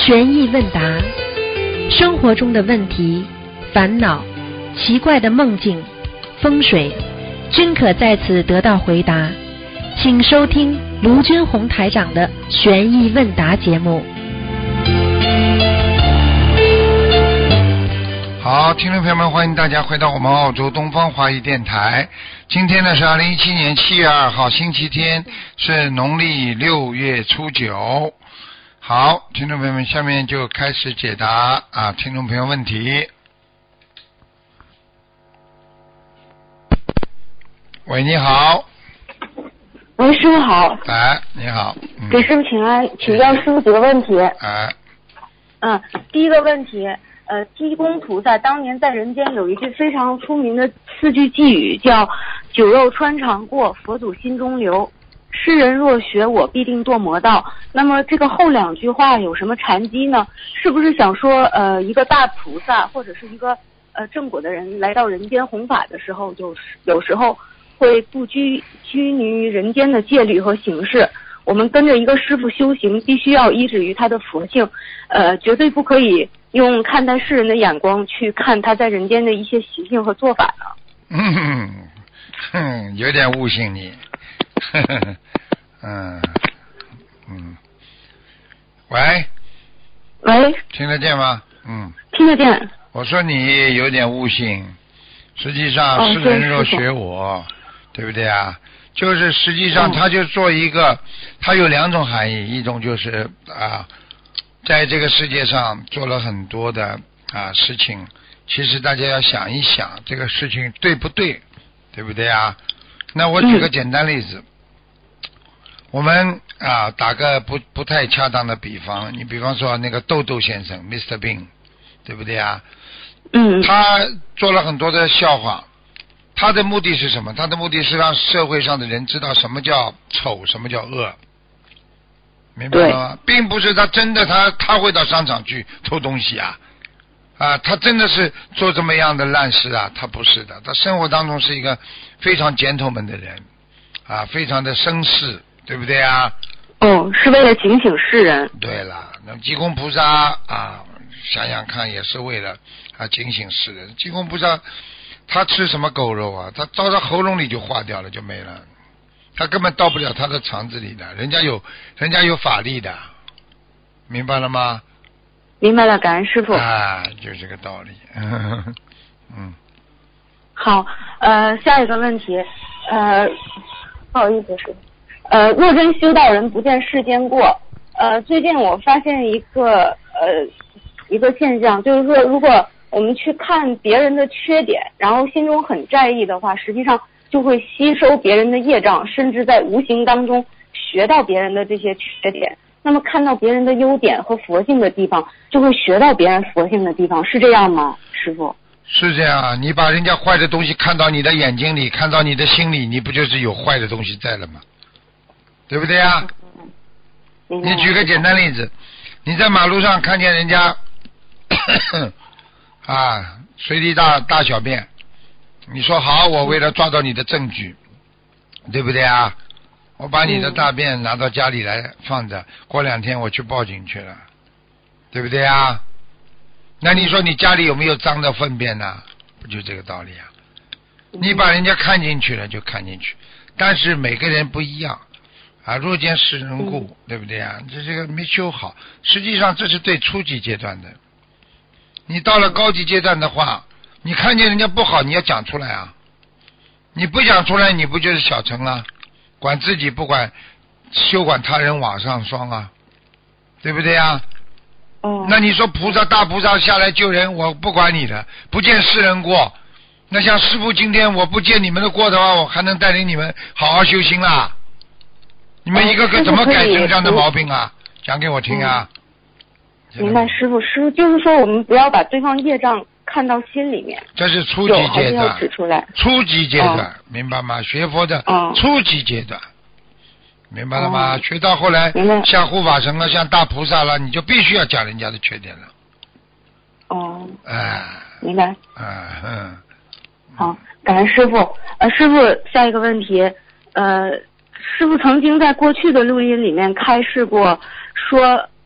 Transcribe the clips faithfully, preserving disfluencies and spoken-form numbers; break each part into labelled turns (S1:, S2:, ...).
S1: 悬疑问答，生活中的问题、烦恼、奇怪的梦境、风水，均可在此得到回答。请收听卢军红台长的悬疑问答节目。
S2: 好，听众朋友们，欢迎大家回到我们澳洲东方华语电台。今天呢是二零一七年七月二号，星期天，是农历六月初九。好，听众朋友们，下面就开始解答啊，听众朋友问题。喂，你好。
S3: 喂，师傅好。
S2: 哎，你好。嗯、
S3: 给师傅请安，请教师傅几个问题。
S2: 哎。
S3: 嗯，第一个问题，呃，济公菩萨当年在人间有一句非常出名的四句寄语，叫“酒肉穿肠过，佛祖心中留。世人若学我，必定堕魔道”。那么这个后两句话有什么禅机呢？是不是想说，呃，一个大菩萨或者是一个呃正果的人来到人间弘法的时候，就是有时候会不拘拘泥于人间的戒律和形式？我们跟着一个师父修行，必须要依止于他的佛性，呃，绝对不可以用看待世人的眼光去看他在人间的一些习性和做法呢。
S2: 嗯哼，有点悟性你。呵呵嗯嗯，喂
S3: 喂，
S2: 听得见吗？嗯，
S3: 听得见。
S2: 我说你有点悟性，实际上
S3: 哦、
S2: 世人若学我，对不对啊？就是实际上他就做一个，他有两种含义，一种就是啊，在这个世界上做了很多的啊事情，其实大家要想一想这个事情对不对，对不对啊？那我举个简单例子。嗯，我们啊，打个不不太恰当的比方，你比方说那个豆豆先生 ，Mister Bean， 对不对啊？
S3: 嗯。
S2: 他做了很多的笑话，他的目的是什么？他的目的是让社会上的人知道什么叫丑，什么叫恶，明白了吗？并不是他真的他他会到商场去偷东西啊，啊，他真的是做这么样的烂事啊？他不是的，他生活当中是一个非常 gentleman 的人啊，非常的绅士。对不对啊？
S3: 哦，是为了警醒世人。
S2: 对了，那济公菩萨啊，想想看，也是为了啊警醒世人。济公菩萨他吃什么狗肉啊？他到他喉咙里就化掉了，就没了。他根本到不了他的肠子里的，人家有人家有法力的，明白了吗？
S3: 明白了，感恩师父。
S2: 啊，就这个道理。嗯。
S3: 好，呃，下一个问题，呃，不好意思，师父。呃，若真修道人不见世间过。呃，最近我发现一个呃一个现象，就是说，如果我们去看别人的缺点，然后心中很在意的话，实际上就会吸收别人的业障，甚至在无形当中学到别人的这些缺点。那么看到别人的优点和佛性的地方，就会学到别人佛性的地方，是这样吗，师父？
S2: 是这样啊，你把人家坏的东西看到你的眼睛里，看到你的心里，你不就是有坏的东西在了吗？对不对啊？你举个简单例子，你在马路上看见人家啊随地大大小便，你说好，我为了抓到你的证据，对不对啊？我把你的大便拿到家里来放着，过两天我去报警去了，对不对啊？那你说你家里有没有脏的粪便呢？不就这个道理啊？你把人家看进去了就看进去，但是每个人不一样。啊，若见世人故，嗯、对不对啊？这这个没修好，实际上这是对初级阶段的。你到了高级阶段的话，你看见人家不好，你要讲出来啊！你不讲出来，你不就是小乘了？管自己不管，休管他人瓦上霜啊，对不对啊？
S3: 哦。
S2: 那你说菩萨大菩萨下来救人，我不管你的，不见世人过。那像师父今天我不见你们的过的话，我还能带领你们好好修行啦。你们一个个怎么改正这样的毛病啊？讲给我听啊！
S3: 明白，师父，师父就是说，我们不要把对方业障看到心里面。
S2: 这是初级阶段，
S3: 要指出来。
S2: 初级阶段，哦、明白吗？学佛的初级阶段，哦、明白了吗？哦、学到后来，像护法神了，像大菩萨了，你就必须要讲人家的缺点了。
S3: 哦。
S2: 哎。
S3: 明白。
S2: 哎嗯。
S3: 好，感恩师父。呃，师父，下一个问题，呃。师父曾经在过去的录音里面开示过，说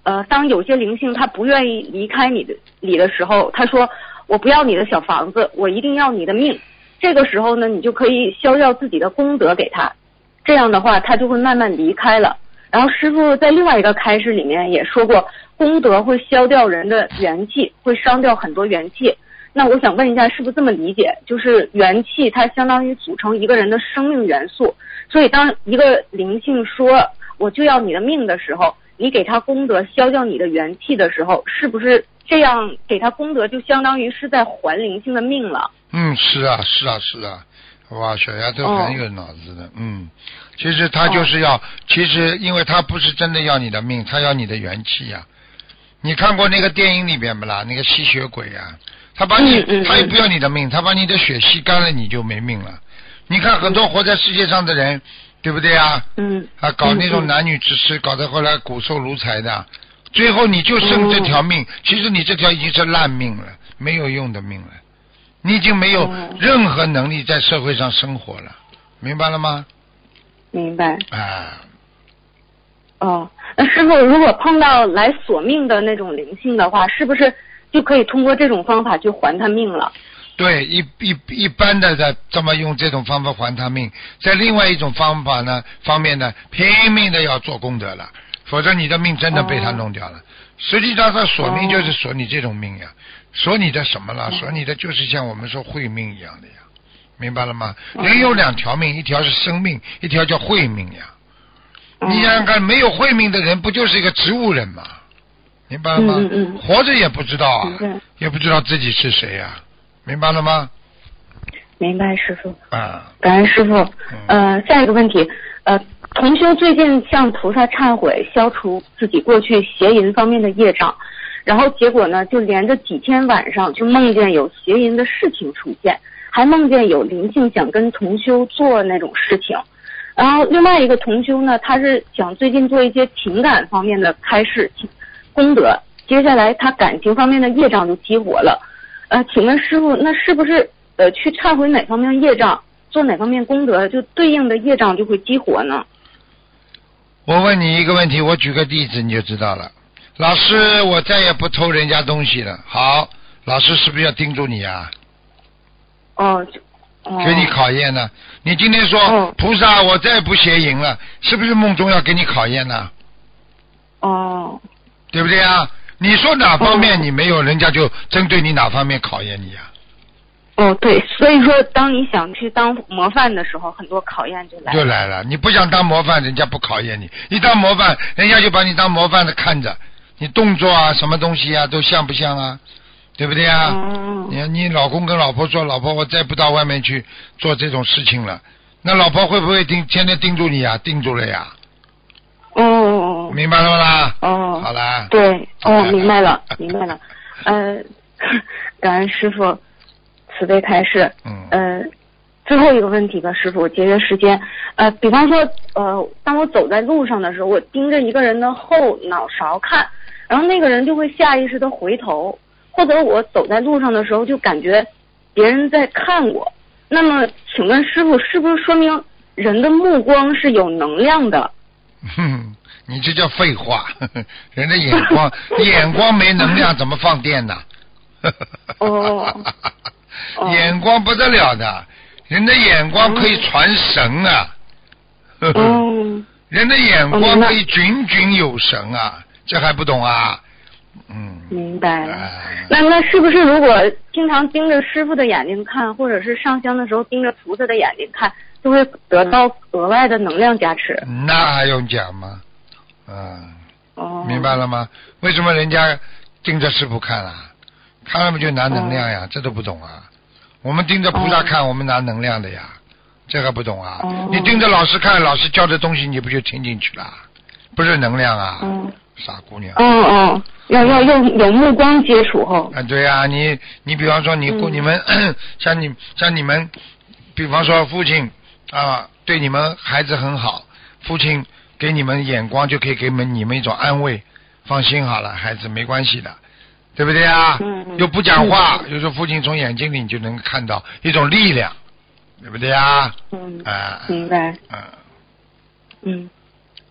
S3: 呃，当有些灵性他不愿意离开你的你的时候，他说我不要你的小房子，我一定要你的命。这个时候呢，你就可以消掉自己的功德给他，这样的话他就会慢慢离开了。然后师父在另外一个开示里面也说过，功德会消掉人的元气，会伤掉很多元气。那我想问一下，是不是这么理解？就是元气它相当于组成一个人的生命元素，所以当一个灵性说我就要你的命的时候，你给他功德消掉你的元气的时候，是不是这样给他功德就相当于是在还灵性的命了？
S2: 嗯，是啊，是啊，是啊，哇，小丫头很有脑子的，哦、嗯，其实他就是要，哦、其实因为他不是真的要你的命，他要你的元气呀、啊。你看过那个电影里边不啦？那个吸血鬼呀、啊，他把你，嗯嗯、他也不要你的命，他把你的血吸干了，你就没命了。你看很多活在世界上的人。对不对啊？嗯，啊，搞那种男女之事，搞得后来骨瘦如柴的，最后你就剩这条命。其实你这条已经是烂命了，没有用的命了，你已经没有任何能力在社会上生活了，明白了吗？
S3: 明白。
S2: 啊。
S3: 哦，那师父，如果碰到来索命的那种灵性的话，是不是就可以通过这种方法去还他命了？
S2: 对，一一一般的在这么用这种方法还他命，在另外一种方法呢方面呢，拼命的要做功德了，否则你的命真的被他弄掉了。哦、实际上他索命就是索你这种命呀，索你的什么了？索你的就是像我们说慧命一样的呀，明白了吗？哦、人有两条命，一条是生命，一条叫慧命呀。哦、你想想看，没有慧命的人不就是一个植物人吗？明白了吗？
S3: 嗯嗯嗯、
S2: 活着也不知道啊，也不知道自己是谁呀。明白了吗？
S3: 明白，师父。
S2: 啊，
S3: 感恩师父。呃，下一个问题，呃，同修最近向菩萨忏悔，消除自己过去邪淫方面的业障，然后结果呢，就连着几天晚上就梦见有邪淫的事情出现，还梦见有灵性想跟同修做那种事情。然后另外一个同修呢，他是想最近做一些情感方面的开示功德，接下来他感情方面的业障就激活了。呃，请问师父，那是不是呃去忏悔哪方面的业障，做哪方面功德，就对应的业障就会激活呢？
S2: 我问你一个问题，我举个例子你就知道了。老师，我再也不偷人家东西了。好，老师是不是要盯住你啊？
S3: 哦，哦
S2: 给你考验呢。你今天说、
S3: 哦、
S2: 菩萨，我再也不邪淫了，是不是梦中要给你考验呢？
S3: 哦，
S2: 对不对啊？你说哪方面你没有，人家就针对你哪方面考验你啊？
S3: 哦，对，所以说当你想去当模范的时候，很多考验就来了。
S2: 就来了，你不想当模范，人家不考验你；你当模范，人家就把你当模范的看着，你动作啊，什么东西啊，都像不像啊？对不对啊？
S3: 嗯、
S2: 你你老公跟老婆说，老婆我再不到外面去做这种事情了，那老婆会不会盯天天盯住你啊？盯住了呀。
S3: 哦，
S2: 明白了吗？
S3: 哦，
S2: 好啦。
S3: 对，哦，明白了，明白了。呃，感恩师父慈悲开示。
S2: 嗯。
S3: 呃，最后一个问题吧，师父，节约时间。呃，比方说，呃，当我走在路上的时候，我盯着一个人的后脑勺看，然后那个人就会下意识的回头，或者我走在路上的时候就感觉别人在看我。那么，请问师父，是不是说明人的目光是有能量的？
S2: 哼，你这叫废话！人的眼光，眼光没能量怎么放电呢？
S3: 哦，
S2: 眼光不得了的，人的眼光可以传神啊！
S3: 哦，
S2: 人的眼光可以炯炯有神啊，这还不懂啊？嗯，
S3: 明白了。哎、那那是不是如果经常盯着师父的眼睛看，或者是上香的时候盯着菩萨的眼睛看，就会得到额外的能量加持？
S2: 那还用讲吗？嗯，
S3: 哦，
S2: 明白了吗？为什么人家盯着师父看啊？看了不就拿能量呀？哦、这都不懂啊！我们盯着菩萨看，哦、我们拿能量的呀，这还不懂啊？
S3: 哦、
S2: 你盯着老师看，老师教的东西你不就听进去了？不是能量啊？
S3: 哦、
S2: 傻姑娘。
S3: 哦哦，要要用有目光接触后。
S2: 啊，对啊，你你比方说你、嗯、你们像你像你们，比方说父亲啊对你们孩子很好，父亲给你们眼光就可以给你们你们一种安慰，放心好了，孩子没关系的。对不对啊？
S3: 嗯，
S2: 又不讲话，有时候父亲从眼睛里你就能看到一种力量，对不对啊？
S3: 嗯，
S2: 啊，
S3: 明白。
S2: 嗯，
S3: 嗯，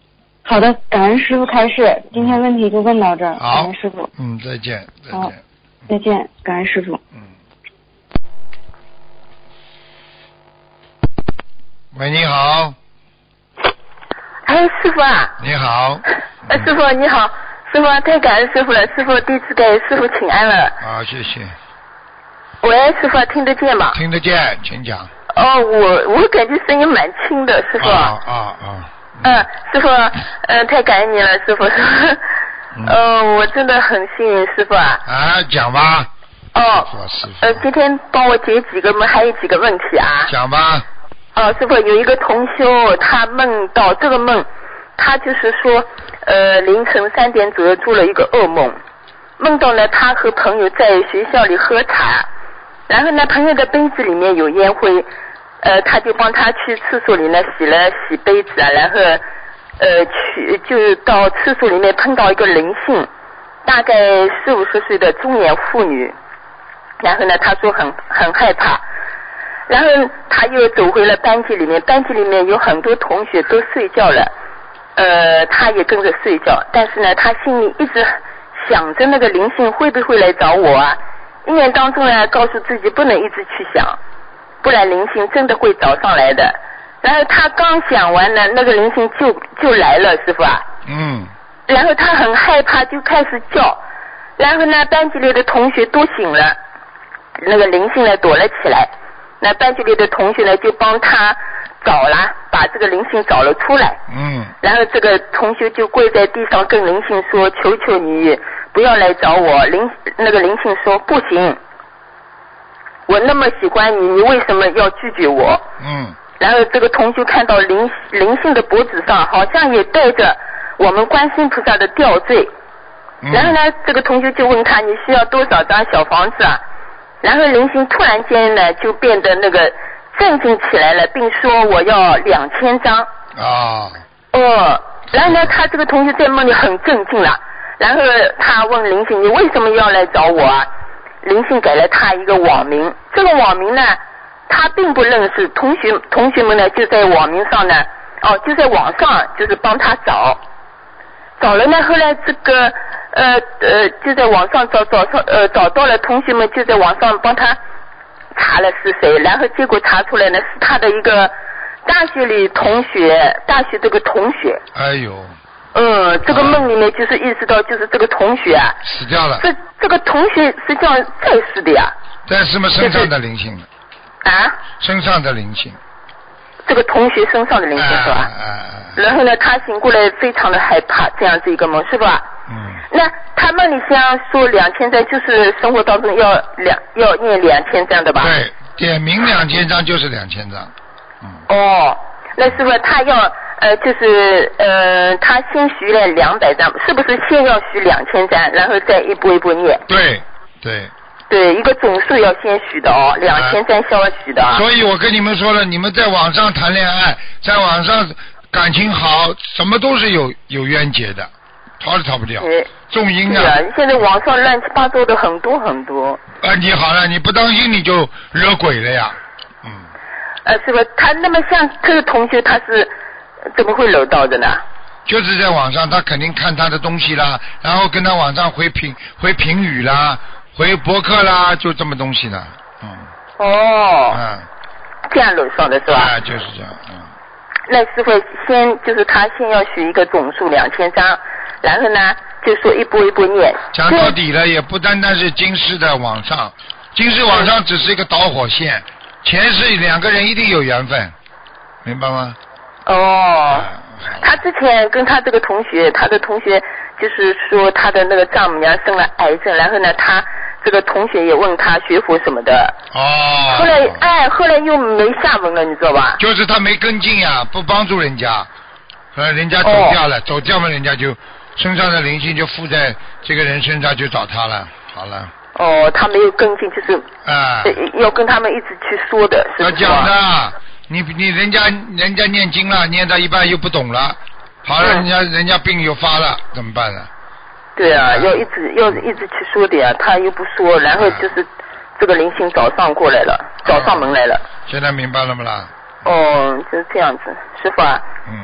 S3: 好的，感恩师傅开示，今天问题就问到这儿，感
S2: 好
S3: 恩师傅。
S2: 嗯，再见，再
S3: 好
S2: 见。
S3: 再见，感恩师傅。
S2: 嗯。喂，你好。
S4: 哎，师傅啊！
S2: 你好。
S4: 呃，师傅你好，师傅太感恩师傅了，师傅弟子给师傅请安了。
S2: 好，谢谢。
S4: 喂，师傅听得见吗？
S2: 听得见，请讲。
S4: 哦，我我感觉声音蛮轻的，师傅。
S2: 啊啊啊！
S4: 嗯，师傅，呃，太感恩你了，师傅。嗯、呃，我真的很幸运，师傅啊。
S2: 啊，讲吧。
S4: 哦。
S2: 师傅。
S4: 呃，今天帮我解几个问，还有几个问题啊。
S2: 讲吧。
S4: 哦，师傅，有一个同修，他梦到这个梦，他就是说，呃，凌晨三点左右做了一个噩梦，梦到呢，他和朋友在学校里喝茶，然后呢，朋友的杯子里面有烟灰，呃，他就帮他去厕所里呢洗了洗杯子啊，然后呃去就到厕所里面碰到一个灵性，大概四五十岁的中年妇女，然后呢，他说很很害怕。然后他又走回了班级里面，班级里面有很多同学都睡觉了，呃，他也跟着睡觉，但是呢，他心里一直想着那个灵性会不会来找我啊？一年当中呢，告诉自己不能一直去想，不然灵性真的会找上来的。然后他刚想完呢，那个灵性就就来了，师傅啊。
S2: 嗯。
S4: 然后他很害怕，就开始叫，然后呢，班级里的同学都醒了，那个灵性呢躲了起来。那班级里的同学呢，就帮他找了，把这个灵性找了出来。
S2: 嗯。
S4: 然后这个同学就跪在地上跟灵性说：“求求你不要来找我。”灵那个灵性说：“不行，我那么喜欢你，你为什么要拒绝我？”
S2: 嗯。
S4: 然后这个同学看到灵灵性的脖子上好像也带着我们观世音菩萨的吊坠。
S2: 嗯。
S4: 然后呢，这个同学就问他：“你需要多少张小房子啊？”然后灵性突然间呢就变得那个镇静起来了，并说我要两千张。
S2: 啊。
S4: 哦，然后呢，他这个同学在梦里很镇静了，然后他问灵性：“你为什么要来找我啊？”灵性给了他一个网名，这个网名呢，他并不认识，同学同学们呢就在网名上呢，哦，就在网上就是帮他找。找了呢，后来这个呃呃就在网上找找上呃找到了，同学们就在网上帮他查了是谁，然后结果查出来呢是他的一个大学里同学，大学这个同学。
S2: 哎呦。
S4: 嗯，这个梦里面就是意识到，就是这个同学啊
S2: 死掉了。
S4: 这这个同学实际上在世的呀。
S2: 在什么身上的灵性？
S4: 啊？
S2: 身上的灵性。
S4: 这个同学身上的灵性是吧？
S2: 啊啊啊、
S4: 然后呢，他醒过来非常的害怕，这样子一个梦是吧？
S2: 嗯。
S4: 那他梦里想说两千张，就是生活当中要两要念两千张的吧？
S2: 对，点名两千张就是两千张。嗯。
S4: 哦，那是不是他要呃就是呃他先许了两百张，是不是先要许两千张，然后再一步一步念？
S2: 对对。
S4: 对，一个总数要先许的哦，两千三需要许的、啊。
S2: 所以我跟你们说了，你们在网上谈恋爱，在网上感情好，什么都是有有冤结的，逃都逃不掉。重因啊！
S4: 是啊，现在网上乱七八糟的很多很多。
S2: 啊，你好了，你不当心你就惹鬼了呀。嗯。
S4: 呃，是吧？他那么像这个同学，他是怎么会惹到的呢？
S2: 就是在网上，他肯定看他的东西啦，然后跟他网上回评回评语啦。回博客啦，就这么东西呢，嗯。
S4: 哦。
S2: 嗯。
S4: 这样楼上的是吧？
S2: 啊，就是这样，嗯。
S4: 那师傅先就是他先要许一个总数两千张，然后呢就说一步一步念。
S2: 讲到底了，也不单单是今世的网上，今世网上只是一个导火线，前世两个人一定有缘分，明白吗？
S4: 哦。嗯、他之前跟他这个同学，他的同学。就是说他的那个丈母娘生了癌症，然后呢，他这个同学也问他学佛什么的。
S2: 哦。
S4: 后来哎，后来又没下文了，你知道吧？
S2: 就是他没跟进呀，不帮助人家，呃，人家走掉了，哦、走掉嘛，人家就身上的灵性就附在这个人身上，就找他了，好了。
S4: 哦，他没有跟进，就是
S2: 啊、
S4: 呃，要跟他们一直去说的，是吧？
S2: 要讲的，你你人家人家念经了，念到一半又不懂了。好了，人家人家病又发了，怎么办呢？
S4: 对啊，要一直要一直去说的呀，他又不说，然后就是这个灵性找上过来了，找上门来了。
S2: 现在明白了吗啦？
S4: 哦，就是这样子，师傅啊。
S2: 嗯。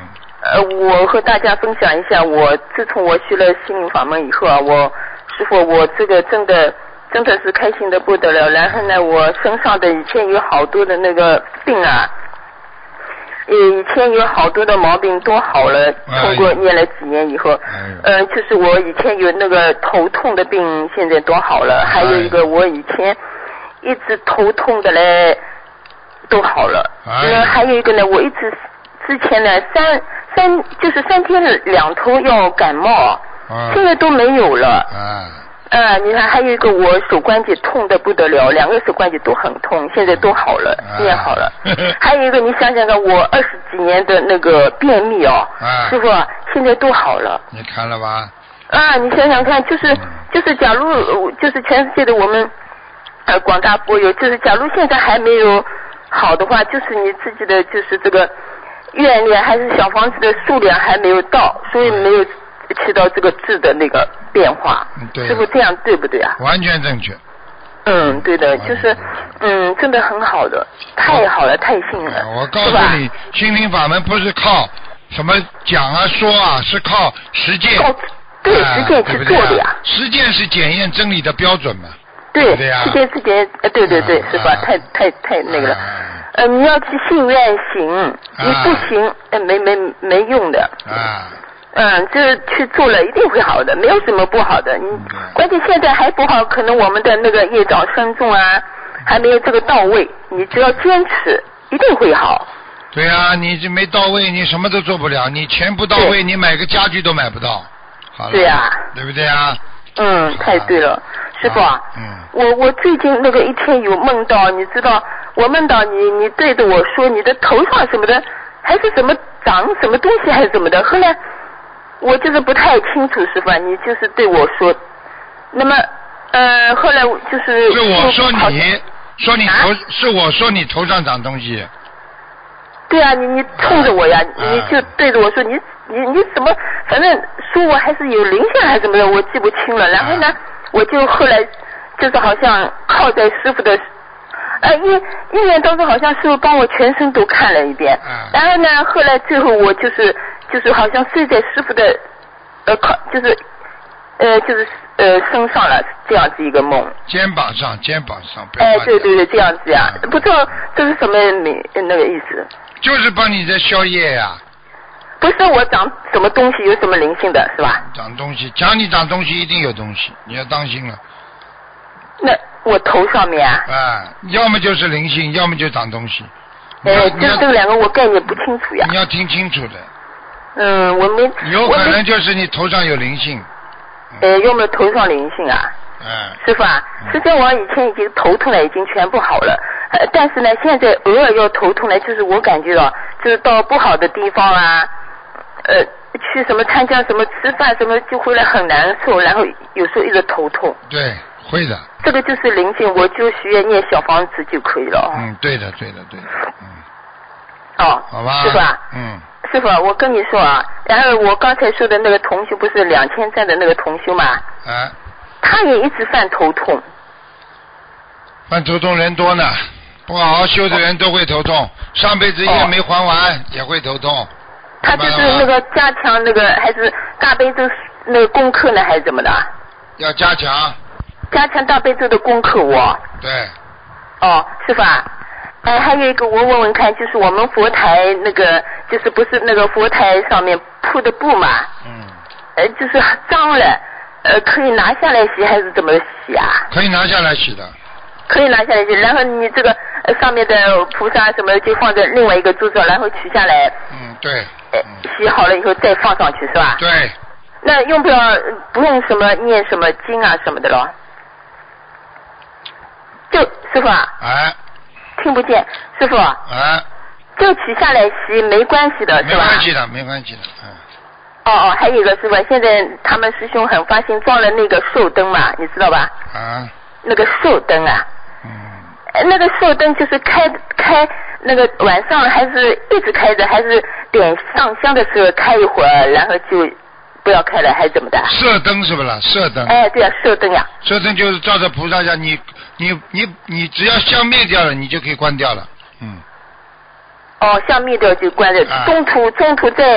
S4: 呃，我和大家分享一下，我自从我学了心灵法门以后啊，我师傅我这个真的真的是开心的不得了。然后呢，我身上的以前有好多的那个病啊，以前有好多的毛病都好了，通过念了几年以后，嗯、哎呃，就是我以前有那个头痛的病，现在都好了。还有一个我以前一直头痛的嘞，都好了。哎、呃，还有一个呢，我一直之前呢三三就是三天两头要感冒，啊、现在都没有了。啊啊，你看还有一个我手关节痛的不得了，两个手关节都很痛，现在都好了，念、啊、好了。还有一个你想想看，我二十几年的那个便秘哦，啊、师傅现在都好了。
S2: 你看了吧？
S4: 啊，你想想看，就是、嗯、就是假如就是全世界的我们呃广大佛友，就是假如现在还没有好的话，就是你自己的就是这个愿力还是小房子的数量还没有到，所以没有起到这个质的那个变化，
S2: 对，
S4: 师傅这样对不对啊？
S2: 完全正确。
S4: 嗯，对的，就是嗯，真的很好的，太好了，太幸运了。
S2: 我告诉你，心灵法门不是靠什么讲啊说啊，是靠实践。
S4: 靠对实践去做的呀、啊。
S2: 实践是检验真理的标准嘛。
S4: 对，
S2: 对呀。
S4: 实践实践，呃，对对对，是吧？太太太那个了。呃，你要去信愿行，你不行，呃，没没没用的。
S2: 啊。
S4: 嗯，就是去做了，一定会好的，没有什么不好的。你关键现在还不好，可能我们的那个业障深重啊，还没有这个到位。你只要坚持，一定会好。
S2: 对啊，你这没到位，你什么都做不了。你钱不到位，你买个家具都买不到。好了。
S4: 对啊。
S2: 对不对啊？
S4: 嗯，太对了，师傅啊。
S2: 嗯。
S4: 我我最近那个一天有梦到，你知道，我梦到你，你对着我说你的头上什么的，还是什么长什么东西还是什么的，后来。我就是不太清楚，师傅，你就是对我说，那么呃，后来就是
S2: 是我说你说你头、啊、是我说你头上长东西。
S4: 对啊，你你冲着我呀，啊、你就对着我说，你你你怎么，反正说我还是有灵性还是什么的，我记不清了。然后呢，啊、我就后来就是好像靠在师傅的。呃，一一年当中好像师傅帮我全身都看了一遍，啊、然后呢，后来最后我就是就是好像睡在师傅的呃靠就是呃就是呃身上了，这样子一个梦。
S2: 肩膀上，肩膀上。
S4: 哎，对对对，这样子呀，啊、不知道这是什么名那个意思。
S2: 就是帮你在消业呀、啊。
S4: 不是我长什么东西有什么灵性的是吧？
S2: 长东西，讲你长东西一定有东西，你要当心了。
S4: 那我头上面啊？
S2: 啊，要么就是灵性，要么就长东西。
S4: 哎，这这两个我概念不清楚呀。
S2: 你要听清楚的。
S4: 嗯，我没。
S2: 有可能就是你头上有灵性。
S4: 呃，有没有头上灵性啊？
S2: 嗯。
S4: 师傅啊，实际上我以前已经头痛了，已经全部好了。呃，但是呢，现在偶尔要头痛呢，就是我感觉到，就是到不好的地方啊，呃，去什么参加什么吃饭什么，就回来很难受，然后有时候一直头痛。
S2: 对。会的，
S4: 这个就是灵性，我就许愿念小房子就可以了。
S2: 嗯，对的，对的，对的，嗯。
S4: 哦，
S2: 好吧。
S4: 师傅啊，
S2: 嗯。
S4: 师傅，我跟你说啊，然后我刚才说的那个同修不是两千赞的那个同修嘛？
S2: 啊。
S4: 他也一直犯头痛。
S2: 犯头痛人多呢，不好好修的人都会头痛，哦、上辈子业没还完、哦、也会头痛。
S4: 他就是那个加强那个还是大悲咒那个功课呢，还是怎么的？
S2: 要加强。
S4: 加强大悲咒的功课我。
S2: 对。
S4: 哦，师傅啊，哎，还有一个我问问看，就是我们佛台那个，就是不是那个佛台上面铺的布嘛？
S2: 嗯。
S4: 呃，就是脏了，呃，可以拿下来洗还是怎么洗啊？
S2: 可以拿下来洗的。
S4: 可以拿下来洗，然后你这个、呃、上面的菩萨什么就放在另外一个桌子上，然后取下来。
S2: 嗯，对。
S4: 呃、嗯，洗好了以后再放上去是吧？
S2: 对。
S4: 那用不要不用什么念什么经啊什么的咯？就师傅啊，
S2: 哎，
S4: 听不见，师傅，
S2: 哎，
S4: 就取下来洗没关系的是吧？
S2: 没关系的，没关系的，嗯。
S4: 哦哦，还有一个师傅，现在他们师兄很发心装了那个寿灯嘛，你知道吧？
S2: 啊。
S4: 那个寿灯啊。
S2: 嗯。
S4: 那个寿灯就是开开那个晚上还是一直开着，还是点上香的时候开一会儿，然后就不要开了，还是怎么的？
S2: 射灯是不是？射灯。
S4: 哎，对啊，射灯呀。
S2: 射灯就是照着菩萨像，你你你你只要香灭掉了，你就可以关掉了。嗯。
S4: 哦，香灭掉就关着，啊、中途中途再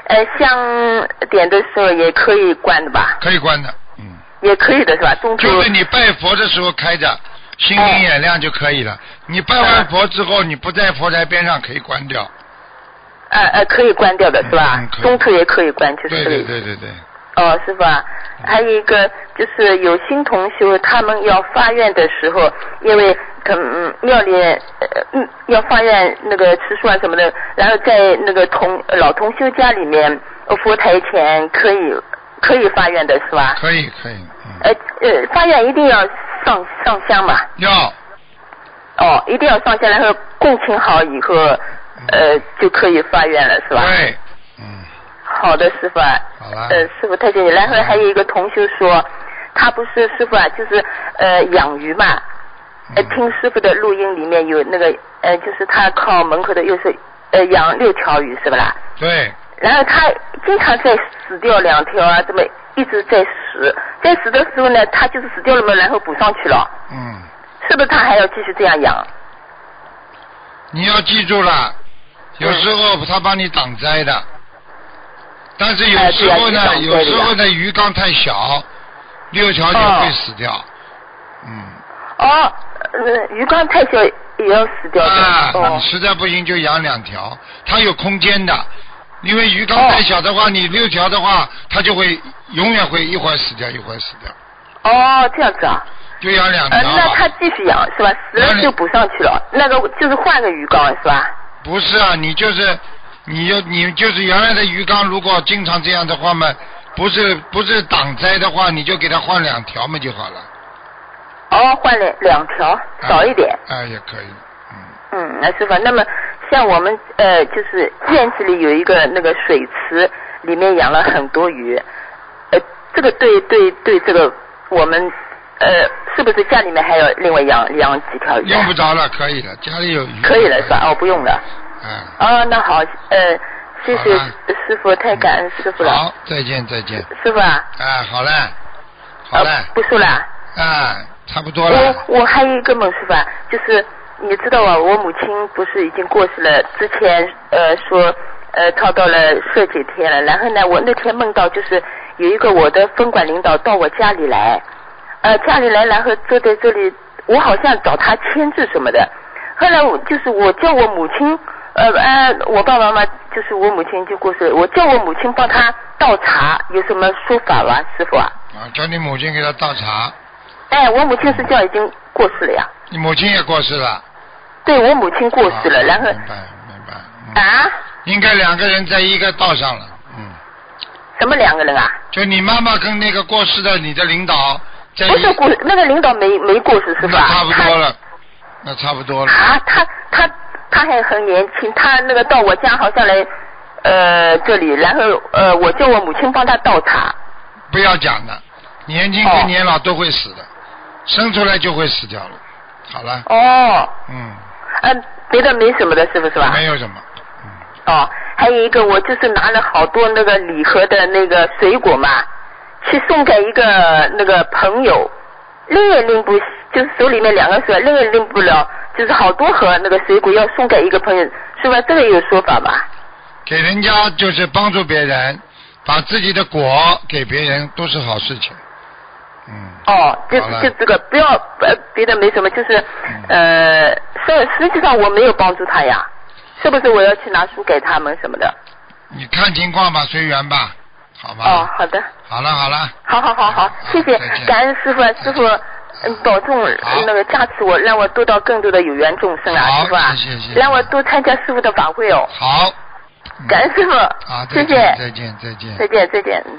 S4: 呃香点的时候也可以关的吧？
S2: 可以关的，嗯。
S4: 也可以的是吧？中途
S2: 就是你拜佛的时候开着，心明眼亮就可以了。你拜完佛之后，你不在佛台边上可以关掉。
S4: 呃呃，可以关掉的是吧？
S2: 嗯，
S4: 中途也可以关，就是
S2: 对对对对对。
S4: 哦，师傅啊，还有一个就是有新同修，他们要发愿的时候，因为他们庙里呃嗯要发愿那个吃素啊什么的，然后在那个同老同修家里面佛台前可以可以发愿的是吧？
S2: 可以可以。嗯、
S4: 呃呃，发愿一定要上上香嘛？
S2: 要。
S4: 哦，一定要上香，然后供请好以后，呃就可以发愿了是吧？
S2: 对。嗯。
S4: 好的，师傅啊。
S2: 好了。
S4: 呃，师傅太谢谢。然后还有一个同修说，他不是师傅啊，就是呃养鱼嘛，呃听师傅的录音里面有那个呃，就是他靠门口的右手呃养六条鱼是不啦？
S2: 对。
S4: 然后他经常在死掉两条啊，这么一直在死，在死的时候呢，他就是死掉了嘛，然后补上去了。
S2: 嗯。
S4: 是不是他还要继续这样养？
S2: 你要记住了，有时候他帮你挡灾的。但是有时候呢，
S4: 呃、
S2: 有时候呢鱼缸太小，六条也会死掉。哦、嗯。
S4: 哦，呃，鱼缸太小也要死掉的。
S2: 啊，
S4: 哦、
S2: 你实在不行就养两条，它有空间的。因为鱼缸太小的话，哦、你六条的话，它就会永远会一会儿死掉，一会儿死掉。
S4: 哦，这样子啊。
S2: 就养两条。
S4: 呃，那他继续养是吧？死了就补上去了，那个就是换个鱼缸是吧？
S2: 不是啊，你就是。你就你就是原来的鱼缸，如果经常这样的话嘛，不是不是挡灾的话，你就给它换两条嘛就好了。
S4: 哦，换两两条，少一点。
S2: 啊，也可以。嗯。
S4: 嗯，那师傅，那么像我们呃，就是院子里有一个那个水池，里面养了很多鱼，呃，这个对对对，这个我们呃，是不是家里面还要另外养养几条鱼？
S2: 用不着了，可以了，家里有鱼。
S4: 可以了是吧？哦，不用了。
S2: 嗯。
S4: 哦，那好，呃，谢谢师傅，太感恩师傅了。
S2: 好，再见再见。
S4: 师傅啊。
S2: 哎，好嘞，好嘞。
S4: 呃、不说了。
S2: 啊，差不多了。
S4: 我我还有一个梦，师傅啊，就是你知道啊，我母亲不是已经过世了，之前呃说呃跳到了色界天了，然后呢，我那天梦到就是有一个我的分管领导到我家里来，呃家里来，然后坐在这里，我好像找他签字什么的，后来我就是我叫我母亲。呃呃，我爸爸妈妈就是我母亲就过世了，我叫我母亲帮他倒茶，有什么说法吧，师傅啊？
S2: 啊，叫你母亲给他倒茶。
S4: 哎，我母亲实际上已经过世了呀。
S2: 你母亲也过世了？
S4: 对，我母亲过世了，
S2: 啊、
S4: 然后。
S2: 明白明白、嗯。
S4: 啊？
S2: 应该两个人在一个道上了，嗯。
S4: 什么两个人啊？
S2: 就你妈妈跟那个过世的你的领导在一。
S4: 不是过，那个领导没没过世是吧？
S2: 那差不多了，那差不多了。
S4: 啊，他他。他还很年轻，他那个到我家好像来呃这里，然后呃我叫我母亲帮他倒茶。
S2: 不要讲的，年轻跟年老都会死的，哦、生出来就会死掉了。好了。
S4: 哦。
S2: 嗯。
S4: 嗯、呃，别的没什么的，是不是吧？
S2: 没有什么。嗯。
S4: 哦，还有一个，我就是拿了好多那个礼盒的那个水果嘛，去送给一个那个朋友，拎也拎不，就是手里面两个水拎也拎不了。就是好多盒那个水果要送给一个朋友，是吧？这个有说法吧？
S2: 给人家就是帮助别人，把自己的果给别人都是好事情。嗯。
S4: 哦，就就这个不要呃别的没什么，就是、嗯、呃实实际上我没有帮助他呀，是不是我要去拿书给他们什么的？
S2: 你看情况吧，随缘吧，好吧？
S4: 哦，好的。
S2: 好了好了。
S4: 好好好好，谢谢，感恩师傅，师傅。嗯，保重那个加持我，让我度到更多的有缘众生啊，师傅啊，
S2: 谢谢，
S4: 让我多参加师傅的法会哦。
S2: 好，
S4: 嗯、感恩师傅，
S2: 好，
S4: 谢谢，
S2: 再见，再见，
S4: 再见，再见。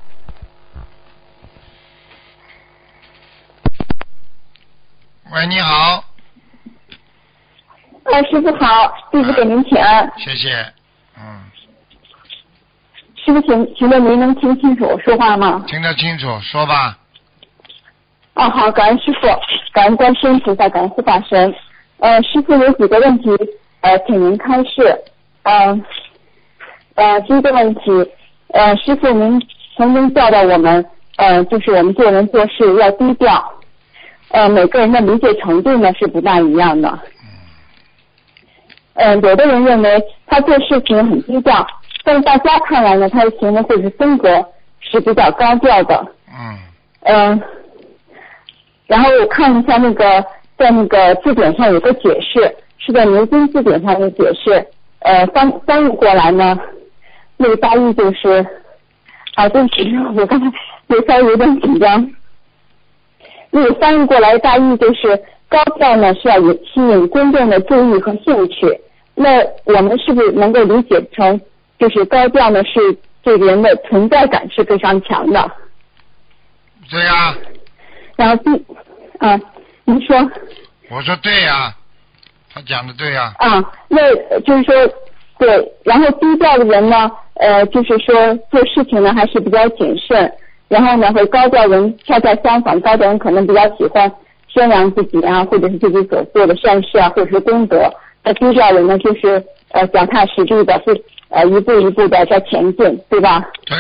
S2: 喂，你好。
S5: 哎，师傅好，弟子给您请安。
S2: 谢谢，嗯。
S5: 师傅，请请问您能听清楚我说话吗？
S2: 听得清楚，说吧。
S5: 啊，好，感恩师傅，感恩观世音菩萨，感恩护法神。呃，师傅有几个问题，呃，请您开示。嗯、呃，呃，第一个问题，呃，师傅您曾经教导我们，呃，就是我们做人做事要低调。呃，每个人的理解程度呢是不大一样的。嗯、呃，有的人认为他做事情很低调， 但是大家看来呢，他的行为或者是风格是比较高调的。
S2: 嗯。
S5: 嗯、呃，然后我看了一下那个在那个字典上有个解释，是在牛津字典上的解释，呃，翻翻译过来呢，那个大意就是，啊，对不起，我刚才有稍微有点紧张。那个翻译过来的大意就是高调呢是要引吸引公众的注意和兴趣，那我们是不是能够理解成就是高调呢是对人的存在感是非常强的？
S2: 对呀、啊。
S5: 然后第啊，您说。
S2: 我说对呀、啊，他讲的对呀、
S5: 啊。啊，那就是说对，然后低调的人呢，呃，就是说做事情呢还是比较谨慎。然后呢，和高调人恰恰相反，高调人可能比较喜欢宣扬自己啊，或者是自己所做的善事啊，或者是功德。那低调人呢，就是呃脚踏实地的，是呃一步一步的在前进，对吧？
S2: 对。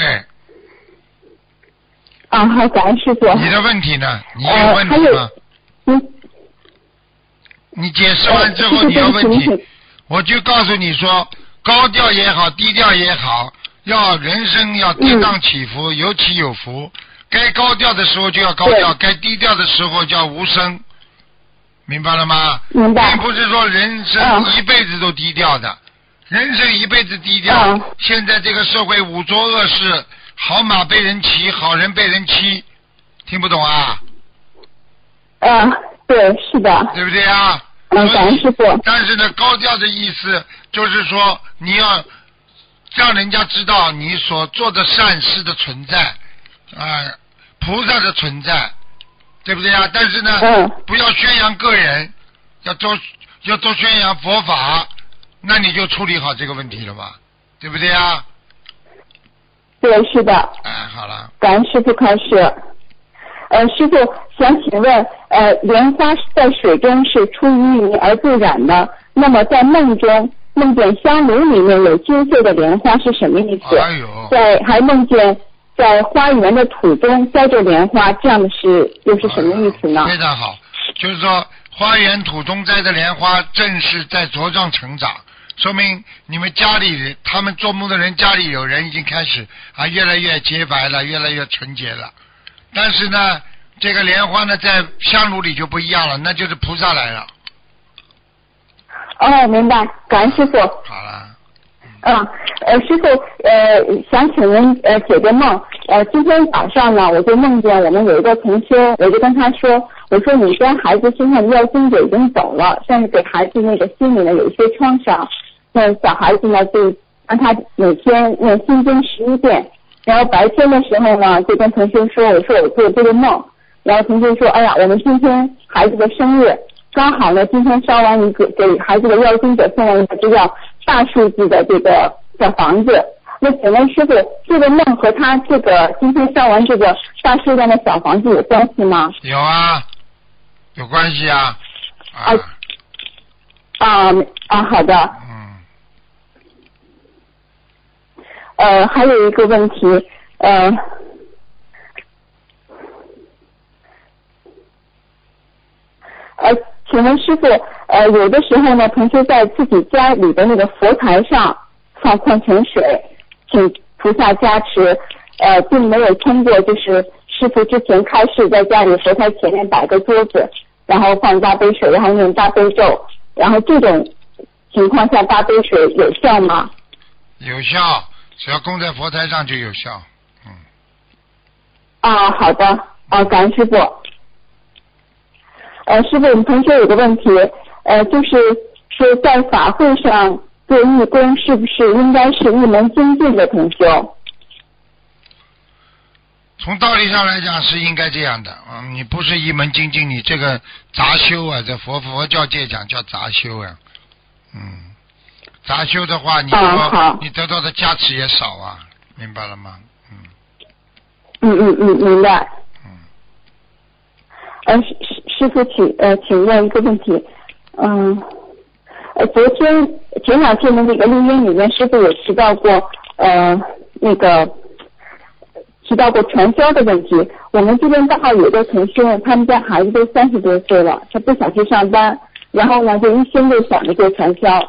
S5: 啊，好，感恩师傅。
S2: 你的问题呢？你有问题吗？
S5: 呃、嗯。
S2: 你解释完之后，呃、你有问题，我就告诉你说，高调也好，低调也好。要人生要跌宕起伏、嗯、有起有伏，该高调的时候就要高调，该低调的时候叫无声，明白了吗？
S5: 明白。
S2: 并不是说人生一辈子都低调的，嗯、人生一辈子低调、嗯。现在这个社会五浊恶世，好马被人骑，好人被人欺，听不懂啊？
S5: 嗯，对，是的。
S2: 对不对啊？
S5: 嗯，感恩师傅。
S2: 但是呢，高调的意思就是说你要。让人家知道你所做的善事的存在，啊、呃，菩萨的存在，对不对啊？但是呢，
S5: 嗯、
S2: 不要宣扬个人，要多要多宣扬佛法，那你就处理好这个问题了嘛，对不对啊？
S5: 对，是的。
S2: 哎，好了。
S5: 感恩师父开始。呃，师父想请问，呃，莲花在水中是出于淤泥而不染的，那么在梦中。梦见香炉里面有金色的莲花是什么意思？
S2: 哎呦，
S5: 在还梦见在花园的土中栽着莲花，这样的是又是什么意思呢？
S2: 哎、非常好，就是说花园土中栽的莲花正是在茁壮成长，说明你们家里他们做梦的人家里有人已经开始啊越来越洁白了，越来越纯洁了。但是呢，这个莲花呢在香炉里就不一样了，那就是菩萨来了。
S5: 哦，明白，感恩师傅。
S2: 好了。
S5: 嗯，呃，师傅，呃，想请您呃解个梦。呃，今天早上呢，我就梦见我们有一个同修，我就跟他说，我说你跟孩子身上的妖精者已经走了，但是给孩子那个心里呢有一些创伤。那小孩子呢就让他每天念心经十一遍，然后白天的时候呢就跟同修说，我说我做这个梦，然后同修说，哎呀，我们今天孩子的生日。刚好呢，今天烧完一个给孩子的要经者送了一个这叫大数字的这个小房子。那请问师傅，这个梦和他这个今天烧完这个大数量的小房子有关系吗？
S2: 有啊，有关系啊。
S5: 啊啊啊，好的。
S2: 嗯。
S5: 呃，还有一个问题，呃。呃，请问师傅，呃，有的时候呢，同学在自己家里的那个佛台上放矿泉水，请菩萨加持，呃，并没有通过就是师傅之前开示在家里佛台前面摆个桌子，然后放大杯水，然后念大悲咒，然后这种情况下大杯水有效吗？
S2: 有效，只要供在佛台上就有效。嗯。
S5: 啊，好的，啊，感恩师傅。呃，师傅，我们同学有个问题，呃，就是说在法会上做义工，是不是应该是一门精进的同修？
S2: 从道理上来讲是应该这样的，嗯，你不是一门精进，你这个杂修啊，在佛佛教界讲叫杂修啊，嗯，杂修的话，你说、
S5: 啊、
S2: 你得到的加持也少啊，明白了吗？嗯。
S5: 嗯嗯嗯，明白。
S2: 嗯。
S5: 呃，师师傅，请呃，请问一个问题，嗯，呃，昨天前两天的那个录音里面，师傅有提到过，呃，那个提到过传销的问题。我们这边刚好有个同学，他们家孩子都三十多岁了，他不想去上班，然后呢，就一心就想着做传销。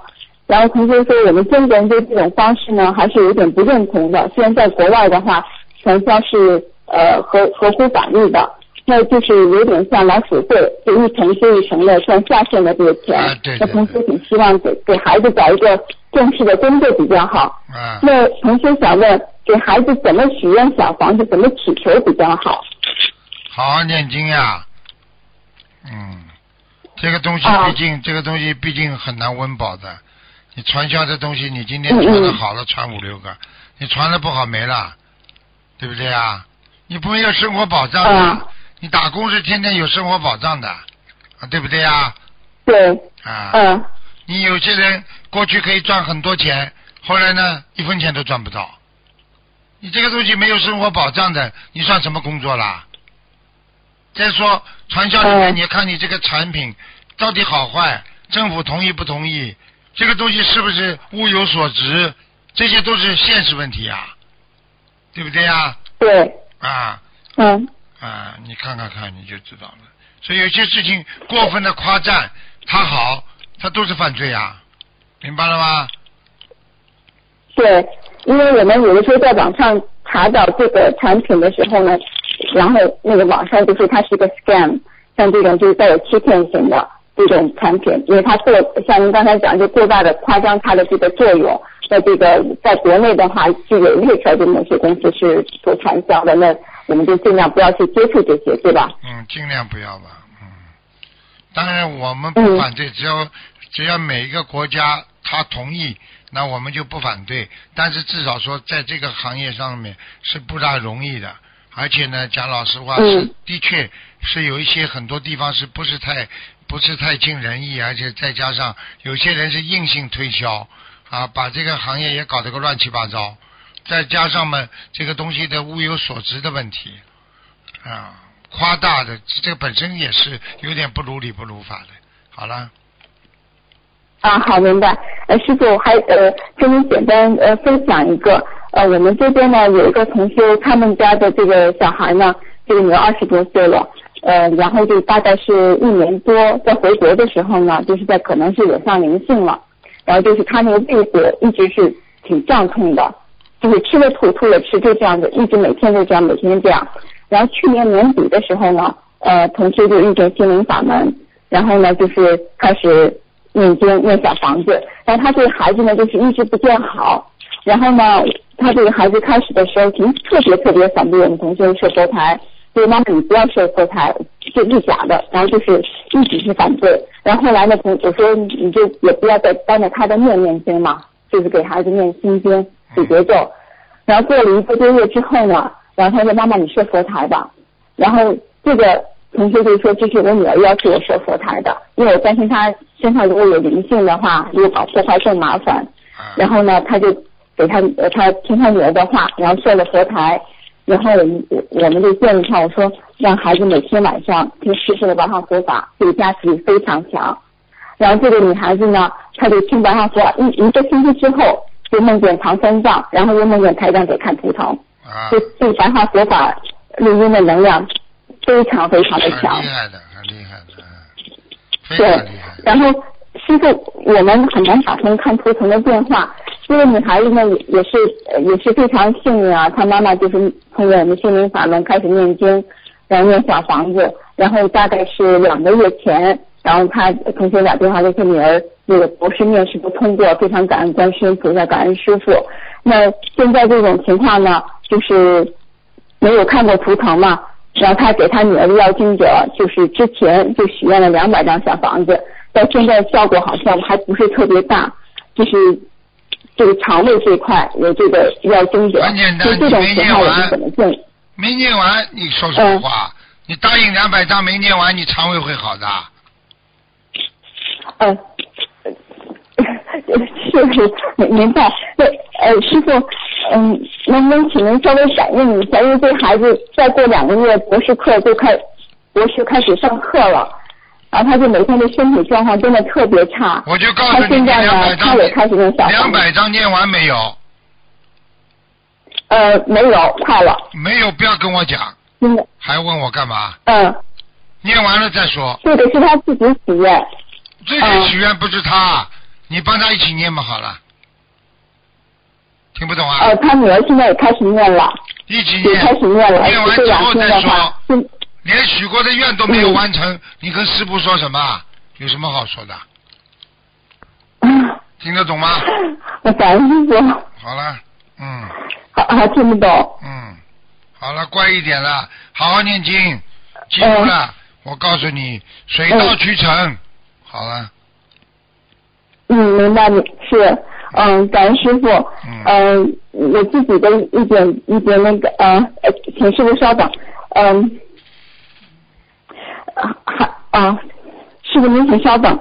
S5: 然后同学说我们中国人对这种方式呢还是有点不认同的，虽然在国外的话传销是呃合合乎法律的，那就是有点像老鼠会，就一层接一层的赚下线的这个钱。
S2: 啊、对对对
S5: 那同学挺希望给给孩子找一个正式的工作比较好。
S2: 啊、
S5: 那同学想问，给孩子怎么许愿小房子，怎么祈求比较好？
S2: 好好念经呀，嗯，这个东西毕竟、啊、这个东西毕竟很难温饱的。你传销这东西，你今天传的好了，传五六个，你传的不好没了，对不对啊？你不没有生活保障的，啊、你打工是天天有生活保障的，啊，对不对啊？
S5: 对。
S2: 啊。
S5: 嗯。
S2: 你有些人过去可以赚很多钱，后来呢，一分钱都赚不到。你这个东西没有生活保障的，你算什么工作啦？再说传销里面，你看你这个产品到底好坏，政府同意不同意？这个东西是不是物有所值？这些都是现实问题啊，对不对啊？
S5: 对。
S2: 啊。
S5: 嗯。
S2: 啊，你看看看你就知道了。所以有些事情过分的夸赞，它好，它都是犯罪啊，明白了吗？
S5: 对，因为我们有的时候在网上查找这个产品的时候呢，然后那个网上就说它是一个 scam， 像这种就是带有欺骗性的这种产品，因为它过像您刚才讲就过大的夸张它的这个作用，在这个在国内的话就有列出来的某些公司是做传销的，那我们就尽量不要去接触这些，对吧？
S2: 嗯，尽量不要吧。嗯，当然我们不反对，嗯、只要只要每一个国家他同意，那我们就不反对。但是至少说在这个行业上面是不大容易的，而且呢，讲老实话是、嗯、的确是有一些很多地方是不是太不是太尽人意，而且再加上有些人是硬性推销啊，把这个行业也搞得个乱七八糟。再加上嘛，这个东西的物有所值的问题啊，夸大的，这个本身也是有点不如理不如法的。好了。
S5: 啊，好，明白。呃，师傅还呃跟您简单呃分享一个，呃，我们这边呢有一个同修，他们家的这个小孩呢，这个女儿二十多岁了，呃，然后就大概是一年多，在回国的时候呢，就是在可能是惹上灵性了，然后就是他那个胃部一直是挺胀痛的。就是吃了吐，吐了吃，就这样子，一直每天都这样，每天这样。然后去年年底的时候呢，呃，同学就遇见心灵法门，然后呢，就是开始念经念小房子。然后他这个孩子呢，就是一直不见好。然后呢，他这个孩子开始的时候，挺特别特别反对我们同学设佛台，就是妈妈你不要设佛台，这是假的。然后就是一直是反对。然后后来呢，同我说你就也不要再帮着他的念念经嘛，就是给孩子念心经。解节奏，然后过了一个多月之后呢，然后他说妈妈你设佛台吧，然后这个同学就说这是我女儿要求我设佛台的，因为我担心她身上如果有灵性的话，如果搞破坏更麻烦，然后呢他就给他他听他女儿的话，然后设了佛台，然后我们我们就建议他，我说让孩子每天晚上听师父的白话佛法，对加持力非常强。然后这个女孩子呢，她就听白话佛法一一个星期之后。就梦见唐三藏，然后又梦见台长给看图腾，
S2: 啊、
S5: 就对白话佛法录音的能量非常非常的强，
S2: 很厉害的，很厉害的，非常厉害。
S5: 然后师傅，我们很难打通看图腾的电话。这个女孩子呢，也是也是非常幸运啊，她妈妈就是通过我们心灵法门开始念经，然后念小房子，然后大概是两个月前，然后她同学打电话给她女儿。那个博士面试都通过，非常感恩观世音菩萨，感恩师父。那现在这种情况呢，就是没有看过图腾嘛，然后他给他女儿的要经者，就是之前就许愿了两百张小房子，但现在效果好像还不是特别大，就是这个肠胃这一块有这个要经者，就这种情况我是怎么建议？
S2: 没念完，你说什么话？嗯、你答应两百张没念完，你肠胃会好的。
S5: 嗯。是明白，对，呃，师傅，嗯，能不能请您稍微感应一下？因为这孩子再过两个月博士课就开，博士开始上课了，然后他就每天的身体状况真的特别差。
S2: 我就告诉你，
S5: 他现在呢，他也开始念小房子。
S2: 两百章念完没有？
S5: 呃，没有，快了。
S2: 没有，不要跟我讲。
S5: 真的。
S2: 还问我干嘛？
S5: 嗯。
S2: 念完了再说。
S5: 这个是他自己许愿。
S2: 自己许愿不是他。 你帮他一起念嘛，好了。听不懂啊？
S5: 呃，他女儿现在也开始念了，
S2: 一起念，
S5: 也开始念了，
S2: 念完之后再说。
S5: 嗯，
S2: 连许过的愿都没有完成，嗯、你跟师父说什么？有什么好说的？听得懂吗？
S5: 我感恩师父。
S2: 好了，嗯。
S5: 好，还听不懂。
S2: 嗯，好了，乖一点了，好好念经，记住了，嗯、我告诉你，水到渠成。嗯、好了。
S5: 嗯，明白，是，嗯，感恩师父。嗯。嗯，我自己的一点一点那个呃，请师父稍等。嗯。啊，还啊，师父您请稍等。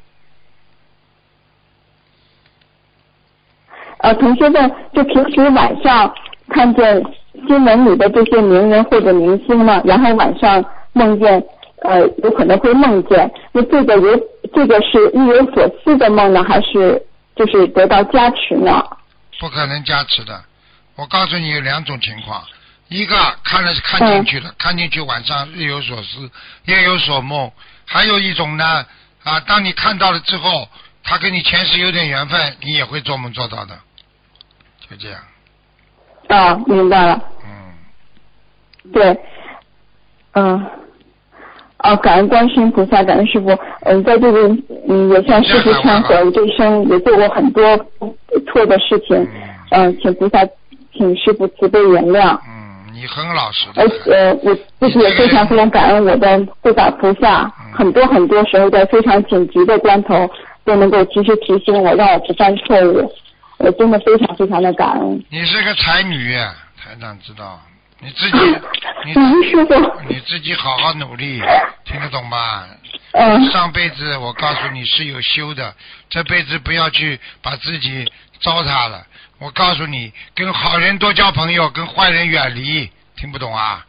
S5: 呃，同学们，就平时晚上看见新闻里的这些名人或者明星呢，然后晚上梦见，呃，有可能会梦见，那这个有这个是日有所思的梦呢，还是就是得到加持呢？
S2: 不可能加持的，我告诉你有两种情况，一个看了看进去了，嗯、看进去晚上日有所思，夜有所梦，还有一种呢，啊，当你看到了之后，他跟你前世有点缘分，你也会做梦做到的。就这样。
S5: 啊，明白了。
S2: 嗯。
S5: 对，嗯，啊，感恩观世音菩萨，感恩师父。嗯，在这个嗯也向师父忏悔，我这一生也做过很多错的事情。嗯。嗯，请菩萨，请师父慈悲原谅。
S2: 嗯，你很老实的。
S5: 而且我自己也非常非常感恩我的护法菩萨，嗯、很多很多时候在非常紧急的关头都能够及时提醒我，让我不犯错误。我真的非常非常的感恩。
S2: 你是个才女，台长知道，你自己，你
S5: 师父，
S2: 你自己好好努力，听得懂吗？
S5: 嗯。
S2: 上辈子我告诉你是有修的，这辈子不要去把自己糟蹋了。我告诉你，跟好人多交朋友，跟坏人远离，听不懂啊？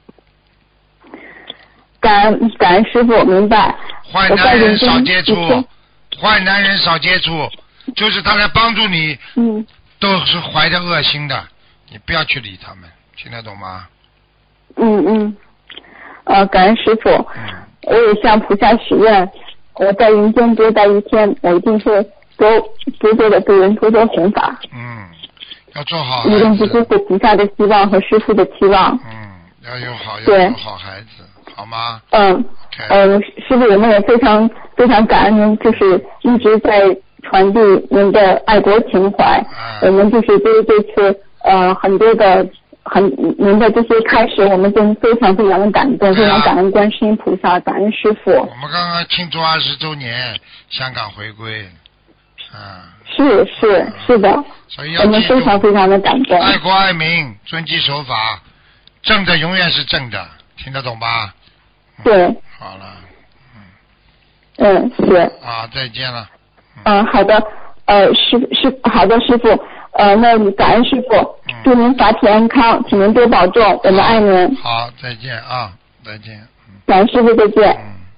S5: 感恩感恩师父，明白。
S2: 坏男人少接触，坏男人少接触。就是他来帮助你，
S5: 嗯，
S2: 都是怀着恶心的，你不要去理他们，听得懂吗？
S5: 嗯嗯，呃，感恩师父，嗯、我也向菩萨许愿，我在人间多待一天，我一定会多多多的对人多多弘法。
S2: 嗯，要做好孩子，
S5: 一定不辜负菩萨的希望和师父的期望。
S2: 嗯，要有好，要做好孩子，好吗？
S5: 嗯，
S2: okay.
S5: 呃，师父，我们也非常非常感恩您，就是一直在传递您的爱国情怀，
S2: 啊、
S5: 我们就是对于这次呃很多的很您的这些开始，我们真非常非常的感动，非常感恩观世音菩萨，感恩师父。
S2: 我们刚刚庆祝二十周年，香港回归，啊，
S5: 是是、啊、是的，
S2: 所以要
S5: 我们非常非常的感动。
S2: 爱国爱民，遵纪守法，正的永远是正的，听得懂吧？
S5: 对。
S2: 嗯、好了，
S5: 嗯。嗯，是。
S2: 啊，再见了。
S5: 嗯，好的，呃，师师，好的，师傅，呃，那感恩师傅，嗯、祝您法体安康，请您多保重，我们爱您。
S2: 好，再见啊，再见。嗯、
S5: 感恩师傅，再见。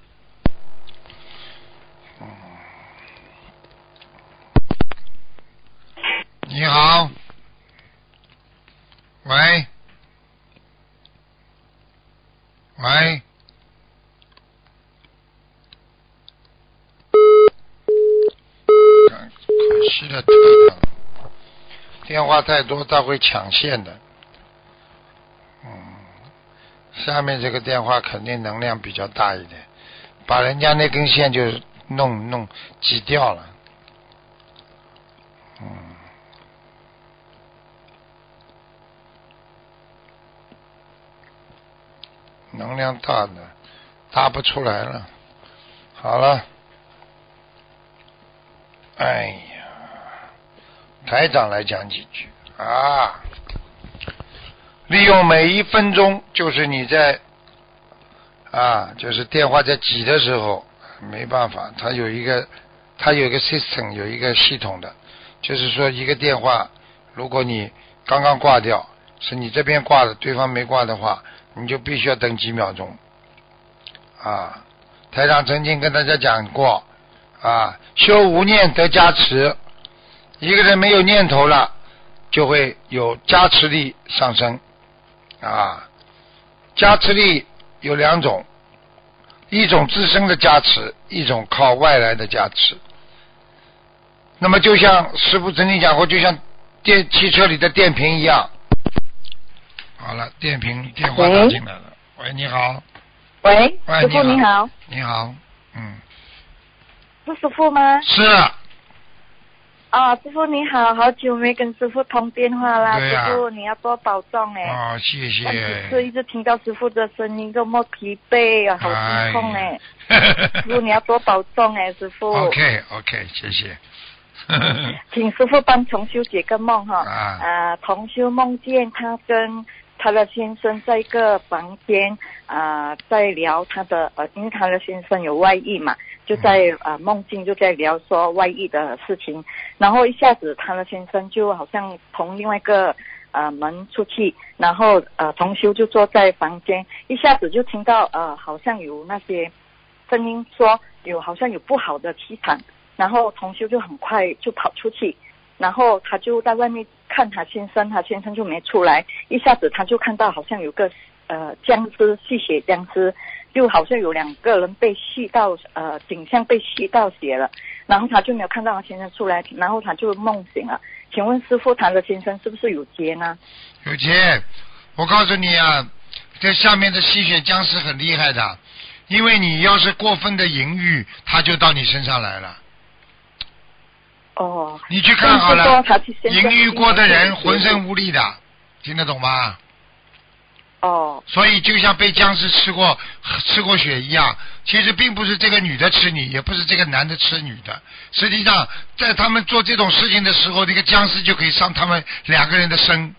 S2: 嗯。你好，喂，喂。可惜了，电话太多，他会抢线的。嗯，下面这个电话肯定能量比较大一点，把人家那根线就弄弄挤掉了。嗯，能量大的搭不出来了。好了。哎呀，台长来讲几句啊！利用每一分钟，就是你在啊，就是电话在挤的时候，没办法，它有一个，它有一个 system， 有一个系统的，就是说一个电话，如果你刚刚挂掉，是你这边挂的，对方没挂的话，你就必须要等几秒钟啊。台长曾经跟大家讲过。啊，修无念得加持，一个人没有念头了，就会有加持力上升。啊，加持力有两种，一种自身的加持，一种靠外来的加持。 那么就像师父曾经讲过，就像电汽车里的电瓶一样。好了，电瓶电话打进来了。喂，你好。
S6: 喂，
S2: 喂，
S6: 师傅你好。
S2: 你好，嗯。
S6: 是师傅吗？
S2: 是。
S6: 啊，师傅你好，好久没跟师傅通电话啦，
S2: 对啊、
S6: 师傅你要多保重哎。
S2: 哦，谢谢。
S6: 但是一直听到师傅的声音，都没疲惫啊，好心痛哎。师傅你要多保重哎，师傅。
S2: OK OK， 谢谢。
S6: 请师傅帮同修解个梦哈。
S2: 啊。
S6: 呃，同修梦见他跟他的先生在一个房间啊、呃，在聊他的呃，因为他的先生有外遇嘛。就在啊、呃、梦境就在聊说外遇的事情，然后一下子他的先生就好像从另外一个呃门出去，然后呃同修就坐在房间，一下子就听到呃好像有那些声音说有好像有不好的气场，然后同修就很快就跑出去，然后他就在外面看他先生，他先生就没出来，一下子他就看到好像有个呃僵尸，吸血僵尸。就好像有两个人被吸到呃颈项被吸到血了，然后他就没有看到他先生出来，然后他就梦醒了。请问师父，他的先生是不是有劫呢？
S2: 有劫，我告诉你啊，这下面的吸血僵尸很厉害的，因为你要是过分的淫欲，他就到你身上来了。
S6: 哦。
S2: 你去看好了，淫欲过的人浑身无力的，听得懂吗？
S6: 哦，
S2: 所以就像被僵尸吃过吃过血一样，其实并不是这个女的吃你，也不是这个男的吃女的，实际上在他们做这种事情的时候，这个僵尸就可以上他们两个人的身。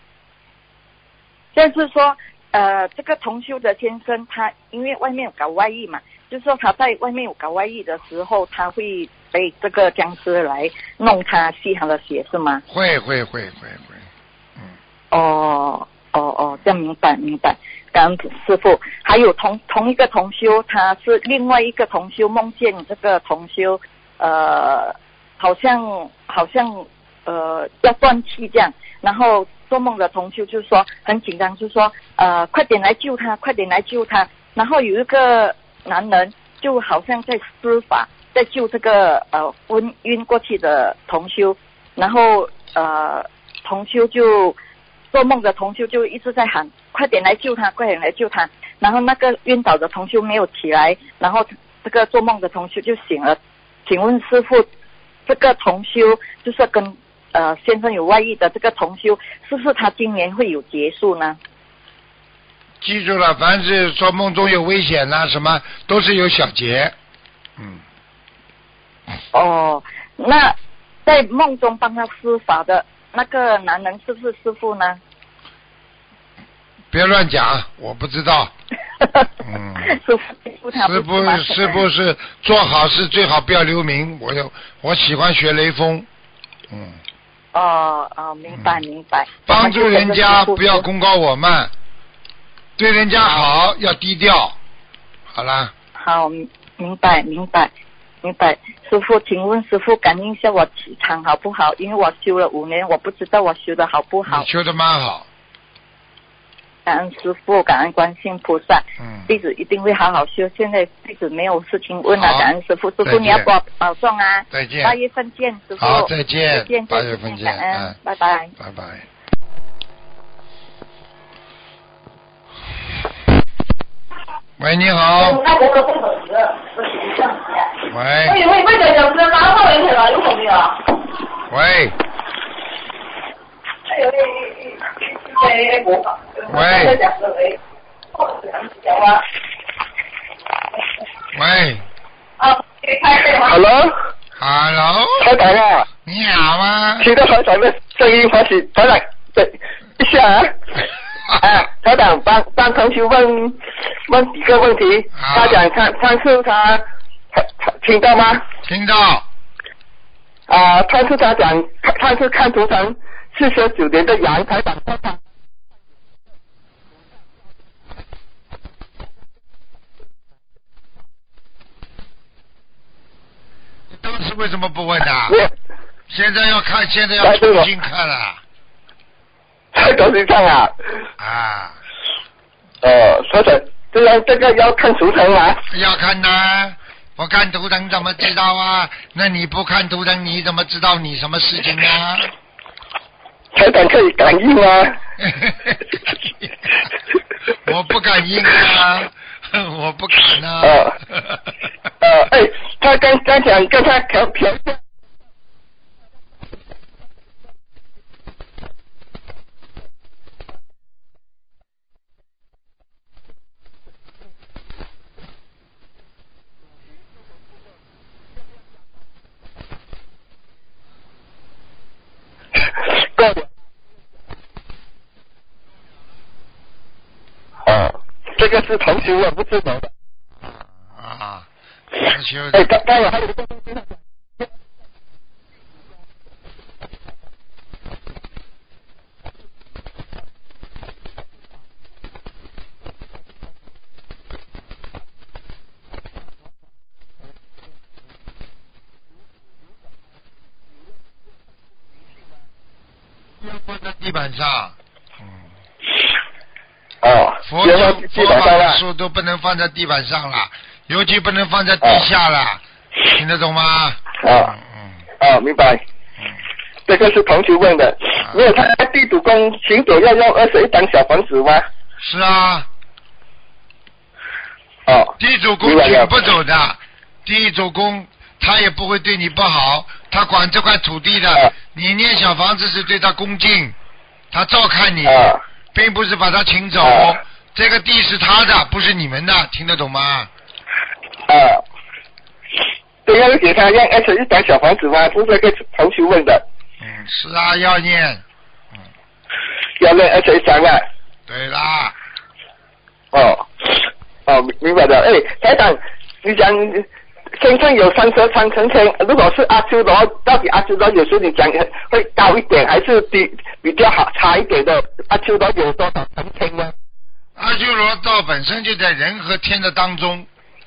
S6: 就是说呃这个同修的先生他因为外面有搞外遇嘛，就是说他在外面有搞外遇的时候，他会被这个僵尸来弄他吸他的血是吗？
S2: 会会会会会。嗯。
S6: 哦哦哦，这样明白明白，感恩师父。还有同同一个同修，他是另外一个同修梦见这个同修，呃，好像好像呃要断气这样，然后做梦的同修就说很紧张，就说呃快点来救他，快点来救他。然后有一个男人就好像在施法，在救这个呃昏晕过去的同修，然后呃同修就。做梦的同修就一直在喊快点来救他，快点来救他，然后那个晕倒的同修没有起来，然后这个做梦的同修就醒了。请问师父，这个同修就是跟呃先生有外遇的这个同修，是不是他今年会有结束呢？
S2: 记住了，凡是说梦中有危险啦、啊、什么都是有小劫。嗯。
S6: 哦，那在梦中帮他施法的那个男人是不是师父呢？
S2: 别乱讲，我不知道。嗯，
S6: 师父他
S2: 是不是不是做好事最好不要留名？我有我喜欢学雷锋。嗯。
S6: 哦哦，明白明白。
S2: 帮助人家不要功高我慢，对人家好要低调。好啦。
S6: 好，明白明白。明白，师父，请问师父感应一下我气场好不好？因为我修了五年，我不知道我修的好不好。
S2: 你修的蛮好。
S6: 感恩师父，感恩观世音菩萨。
S2: 嗯。
S6: 弟子一定会好好修。现在弟子没有事情问了，感恩师父，师父你要保保重啊。
S2: 再见。
S6: 八月份见，师父。
S2: 好，再见。
S6: 再见，
S2: 八月份见。
S6: 感恩，
S2: 嗯，
S6: 拜拜。
S2: 拜拜。喂，你好。喂。喂喂喂，这就是哪个问题了？有没有？喂。喂。喂。Hello。Hello。
S7: 台长啊。
S2: 你好啊。
S7: 听到台长的声音，欢喜。台长，对，一下啊。啊，台长帮帮同学问问几个问题。他讲上上次他他听到吗？
S2: 听到。
S7: 啊，上次他讲上次看图腾四十九年的羊，台长看看。
S2: 当时为什么不问呢？现在要看，现在要重新看了。
S7: 在重新看啊。
S2: 啊。
S7: 呃，所以这样这个要看图腾吗？
S2: 要看呐， 我看图腾怎么知道啊？那你不看图腾，你怎么知道你什么事情啊？
S7: 台长可以感应吗？
S2: 我不感应啊，我不敢啊。
S7: 呃呃，哎，他刚刚讲跟他调调。哦，这个是同修啊，不是我的。
S2: 啊，同修。
S7: 哎，刚刚有还有一个东西。
S2: 要放在地板上。嗯。
S7: 哦。
S2: 佛经佛法的书都不能放在地板上了，尤其不能放在地下了，哦、听得懂吗？
S7: 啊、哦。嗯。啊、哦，明白。嗯。这个是同学问的，啊、因为他地主公行走要用二十一张小房子吗？
S2: 是啊。
S7: 哦。
S2: 地主公请不走的，地主公他也不会对你不好，他管这块土地的，啊、你念小房子是对他恭敬，他照看你。啊，并不是把他请走，啊、这个地是他的，不是你们的，听得懂吗？
S7: 啊，对，要给他让二十一张小房子吗？是这个同学问的。
S2: 嗯，是啊，要念。嗯，
S7: 要念二十一张啊。对
S2: 啦。
S7: 哦，哦，明白了。哎，台长，你讲天上有三蛇三层天，如果是阿修罗，到底阿修罗有时候你讲会高一点，还是低比较好差一点的？阿修罗有多少层天呢？
S2: 阿修罗道本身就在人和天的当中。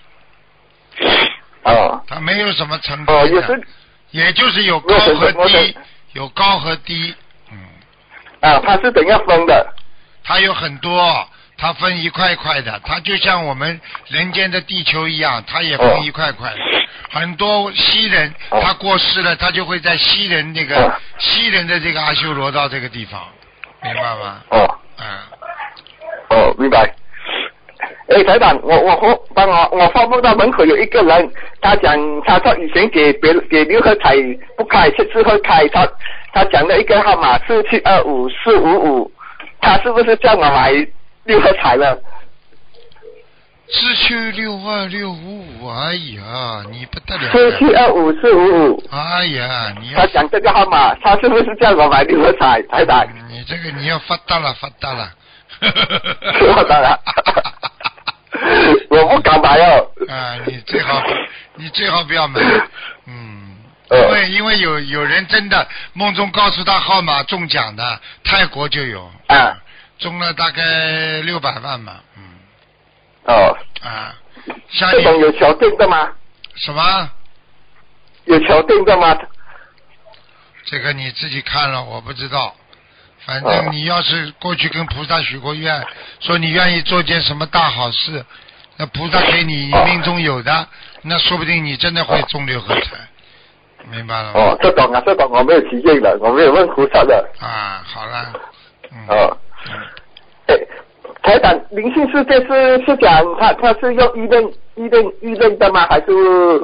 S7: 哦。
S2: 它没有什么层天的。哦，也是。也就是有高和低，有高和低。嗯。
S7: 啊，它是怎样分的？
S2: 它有很多。它分一块块的，它就像我们人间的地球一样，它也分一块块的。哦、很多西人他过世了，他就会在西人那个、哦、西人的这个阿修罗道这个地方，明白吗？
S7: 哦，
S2: 嗯，
S7: 哦，明白。哎，台长，我我帮我我发梦到门口有一个人，他讲他说以前给别给六合彩不开，这次会开，他他讲的一个号码四七二五四五五，他是不是叫我买六合彩了？
S2: 四七六二六五五，哎呀，你不得了！
S7: 四七二五四五五，
S2: 哎呀，你要
S7: 他讲这个号码，他是不是叫我买六合彩？台长，
S2: 你这个你要发达了，发达了，
S7: 发达了，我不敢买哦。
S2: 啊，你最好你最好不要买，嗯，因为因为有有人真的梦中告诉他号码中奖的，泰国就有
S7: 啊。
S2: 中了大概六百万嘛，嗯。
S7: 哦。
S2: 啊，像
S7: 这种有敲定的吗？
S2: 什么？
S7: 有敲定的吗？
S2: 这个你自己看了，我不知道。反正你要是过去跟菩萨许过愿，说你愿意做件什么大好事，那菩萨给你命中有的，哦、那说不定你真的会中六合彩，明白了吗？
S7: 哦，这种啊，这种我没有体验的，我没有问菩萨的。
S2: 啊，好了。嗯。
S7: 哦。哎，台长，灵性世界是是讲他他是用意念意念意念的吗？还是？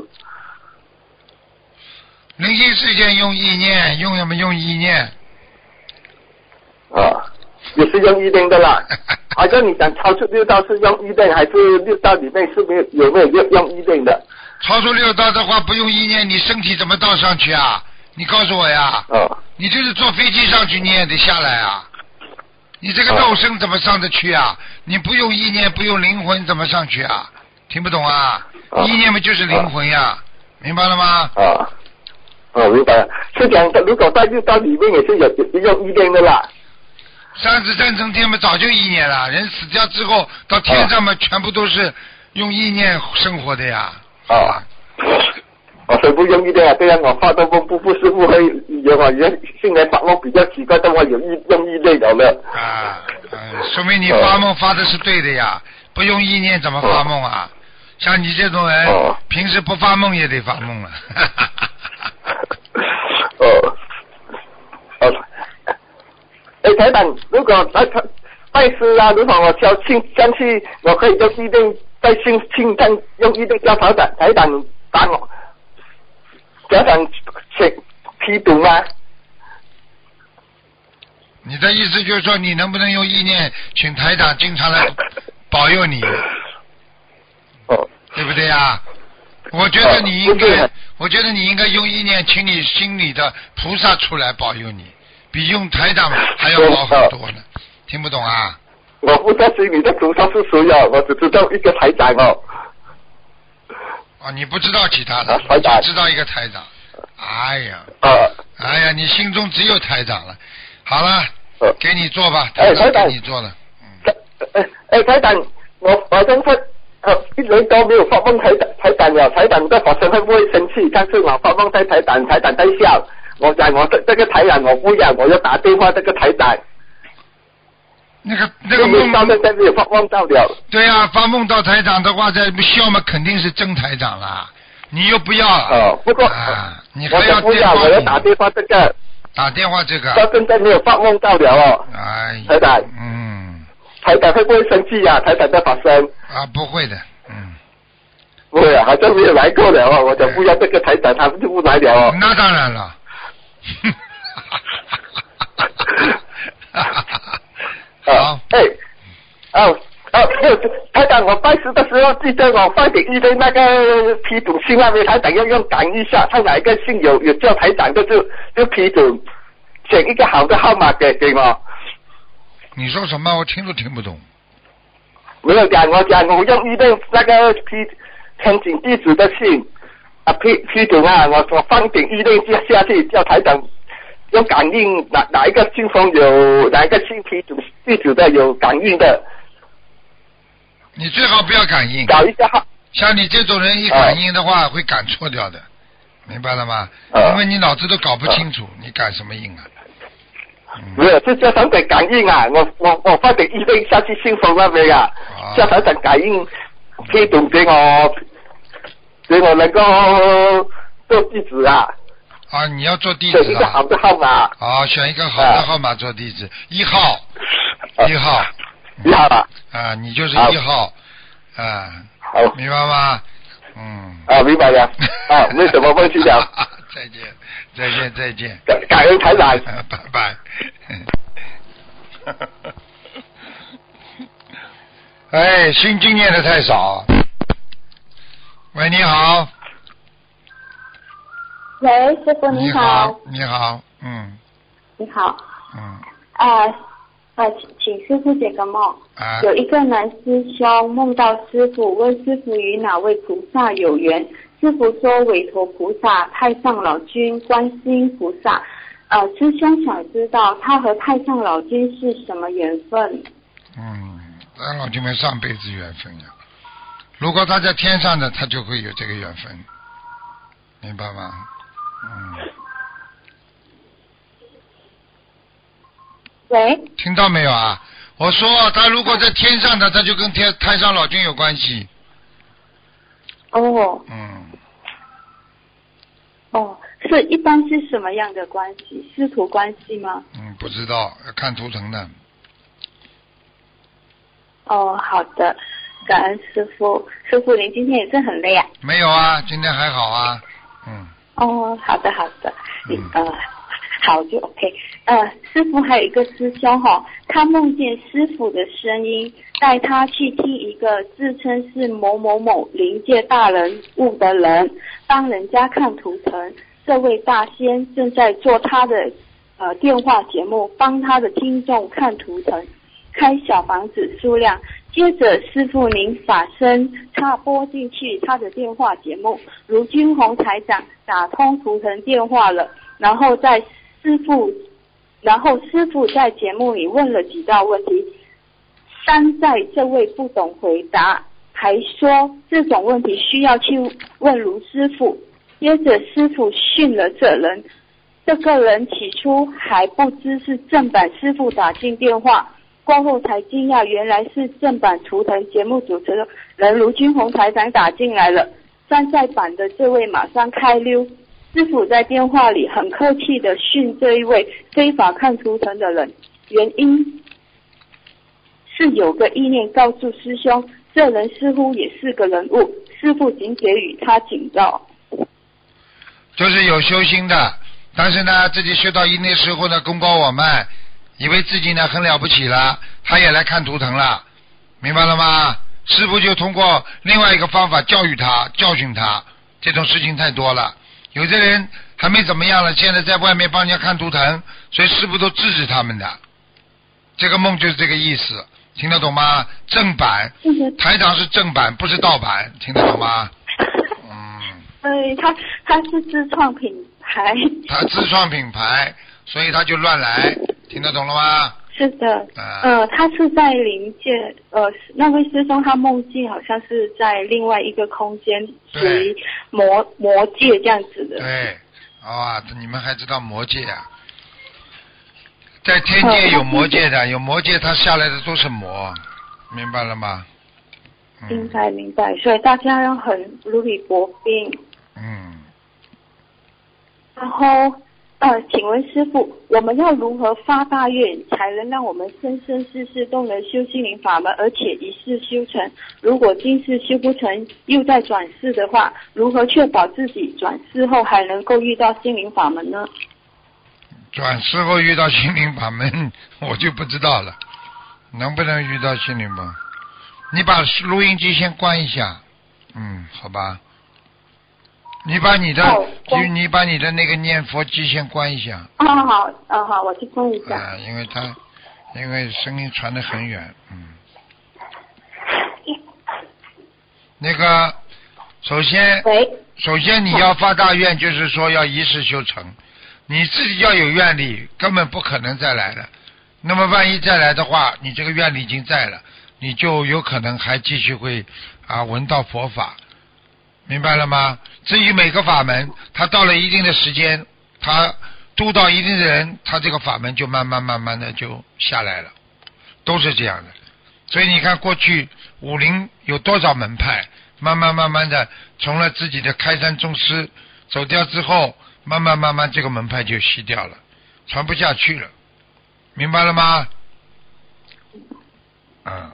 S2: 灵性世界用意念，用什么用意念？
S7: 啊，也是用意念的啦。好像你讲超出六道是用意念，还是六道里面是没有有没有用用意念的？
S2: 超出六道的话不用意念，你身体怎么到上去啊？你告诉我呀。
S7: 哦。
S2: 你就是坐飞机上去，你也得下来啊。你这个肉身怎么上得去啊？你不用意念，不用灵魂，怎么上去啊？听不懂啊？啊意念嘛就是灵魂呀，啊、明白了吗？
S7: 啊，哦，明白了。是讲，如果在六道里面也是有有用意念的啦。
S2: 三十三层天嘛，早就意念了。人死掉之后到天上嘛，啊、全部都是用意念生活的呀。
S7: 啊。我所以不用意念啊，这样我发的梦不不是不会有啊，原现在发梦比较奇怪，但我有意用意念了了。
S2: 啊，嗯，说明你发梦发的是对的呀，不用意念怎么发梦啊？ 像你这种人，
S7: 哦、
S2: 平时不发梦也得发梦了。
S7: 哦，哦，哎，台长，如果他他拜师啊，如果我交信上去，我可以用意念在信信上用意念叫台长台长打我，台长写批读吗？
S2: 你的意思就是说，你能不能用意念请台长经常来保佑你？
S7: 哦，
S2: 对不对呀？我觉得你应该，我觉得你应该用意念，请你心里的菩萨出来保佑你，比用台长还要好很多呢。听不懂啊？
S7: 我不知道心里的菩萨是谁啊，我只知道一个台长哦。
S2: 啊，你不知道其他的，
S7: 啊、台长
S2: 只知道一个台长。哎呀，
S7: 啊，
S2: 哎呀，你心中只有台长了。好了，
S7: 啊、
S2: 给你做吧，
S7: 哎，
S2: 台
S7: 长
S2: 给你做了。
S7: 嗯。哎哎，台长，我好像是。呃，一直都没有发梦台长台长了，台长在法身会不会生气？上次我发梦在台长，台长在笑，我讲我这这个台长我不要，我要打电话这个台长。
S2: 那个那个梦
S7: 到现在没有发梦到了。
S2: 对啊，发梦到台长的话，在笑嘛，肯定是真台长啦。你又不要了。
S7: 哦，不过
S2: 啊，你还要
S7: 不要，我要打电话这个。
S2: 打电话这个。
S7: 到现在没有发梦到了哦。
S2: 哎。
S7: 台长。
S2: 嗯。
S7: 台长会不会生气呀、啊？台长在法身。
S2: 啊，不会的，嗯。
S7: 不会啊，好像没有来过了哦。我就不要这个台长，他们就不来了哦。
S2: 那当然了。好。
S7: 哎，哦哦，没有，台长，我拜师的时候记得我放点一堆那个批准信那边，台长要用感应一下，看哪一个信有有叫台长的就就批准，选一个好的号码给给我。
S2: 你说什么？我听都听不懂。
S7: 没有讲，我讲我用一个那个批天井地址的信啊批批准啊，我我放点一类下下去，叫台长用感应哪哪一个信封有哪一个信批准地址的有感应的。
S2: 你最好不要感应。
S7: 找一个号。
S2: 像你这种人一感应的话，哦、会感错掉的，明白了吗？哦、因为你脑子都搞不清楚，哦、你感什么应啊？
S7: 没有，是叫台长感应啊！我我我放点一类下去信封那边啊，啊叫台长感应批准给我，给我能够做地址啊。
S2: 啊，你要做地址啊？
S7: 选一个好的号码。
S2: 啊，选一个好的号码做地址，一、啊、号，一、啊、号，
S7: 一号啊。
S2: 啊，你就是一号，啊，
S7: 好，
S2: 明白吗？嗯。
S7: 啊，明白了。啊，没什么问题了。
S2: 再见，再见，再见。
S7: 感感恩台长。
S2: 拜拜。哎，心经念的太少。喂，你好。
S8: 喂，师傅你好。
S2: 你好，嗯。
S8: 你好。
S2: 嗯。
S8: 啊啊，请请师傅解个梦。
S2: 啊。
S8: 有一个男师兄梦到师傅，问师傅与哪位菩萨有缘？师傅说韦陀菩萨、太上老君、观世音菩萨。呃，师兄想知道他和太上老君是什么缘分？
S2: 嗯，太上老君们上辈子缘分呀。如果他在天上的，他就会有这个缘分，明白吗？嗯。
S8: 喂。
S2: 听到没有啊？我说他如果在天上的，他就跟天太上老君有关系。
S8: 哦。
S2: 嗯。
S8: 哦，是一般是什么样的关系？师徒关系吗？
S2: 嗯，不知道，要看图腾的。
S8: 哦，好的，感恩师傅。师傅，您今天也是很累啊？
S2: 没有啊，今天还好啊。嗯。
S8: 哦，好的，好的。
S2: 嗯。
S8: 呃，好就 OK。呃，师傅还有一个师兄哈、哦，他梦见师傅的声音，带他去听一个自称是某某某灵界大人物的人帮人家看图腾。这位大仙正在做他的呃电话节目，帮他的听众看图腾，开小房子数量。接着师父您法身插播进去他的电话节目，卢军宏台长打通图腾电话了，然后在师父，然后师父在节目里问了几道问题，山寨这位不懂回答，还说这种问题需要去问卢师父。接着师父训了这人，这个人起初还不知是正版师父打进电话， 过后才惊讶，原来是正版图腾节目主持人卢军红台长打进来了。山寨版的这位马上开溜，师父在电话里很客气的训这一位非法看图腾的人，原因是有个意念告诉师兄，这人似乎也是个人物，师父请给予他警告。
S2: 就是有修心的，但是呢自己修到一定时候呢功高我慢，以为自己呢很了不起了，他也来看图腾了，明白了吗？师父就通过另外一个方法教育他，教训他，这种事情太多了。有的人还没怎么样了，现在在外面帮人家看图腾，所以师父都制止他们的。这个梦就是这个意思，听得懂吗？正版，台长是正版，不是盗版，听得懂吗？嗯。
S8: 对，他他是自创品牌。
S2: 他自创品牌，所以他就乱来，听得懂了吗？
S8: 是的，
S2: 啊、
S8: 呃，他是在灵界，呃，那位师兄他梦境好像是在另外一个空间，属于魔魔界这样子的。
S2: 对，啊、哦，你们还知道魔界啊？在天界有魔界的，有魔界，他下来的都是魔，明白了吗？
S8: 嗯、明白明白，所以大家要很如履薄冰。
S2: 嗯。
S8: 然后。呃，请问师父，我们要如何发大愿，才能让我们生生世世都能修心灵法门，而且一世修成？如果今世修不成，又在转世的话，如何确保自己转世后还能够遇到心灵法门呢？
S2: 转世后遇到心灵法门，我就不知道了，能不能遇到心灵法门？你把录音机先关一下，嗯，好吧。你把你的，就你把你的那个念佛机先关一下。
S8: 啊好，啊好，我去关一下。
S2: 啊，因为它，因为声音传得很远，嗯。那个，首先，首先你要发大愿，就是说要一世修成，你自己要有愿力，根本不可能再来了。那么万一再来的话，你这个愿力已经在了，你就有可能还继续会啊闻到佛法。明白了吗？至于每个法门，他到了一定的时间，他度到一定的人，他这个法门就慢慢慢慢的就下来了，都是这样的。所以你看过去武林有多少门派，慢慢慢慢的从了自己的开山宗师走掉之后，慢慢慢慢这个门派就熄掉了，传不下去了，明白了吗？嗯。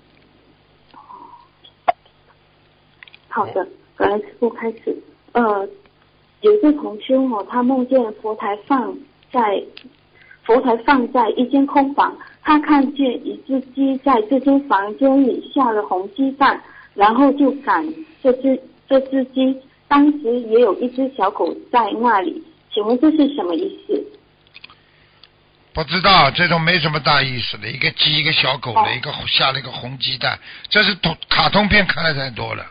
S8: 好的。感恩师父开始，呃，有一个同修哦，他梦见佛台放在佛台放在一间空房，他看见一只鸡在这间房间里下了红鸡蛋，然后就赶这只这只鸡，当时也有一只小狗在那里，请问这是什么意思？
S2: 不知道，这种没什么大意思的，一个鸡一个小狗的，哦、一个下了一个红鸡蛋，这是卡通片看的太多了。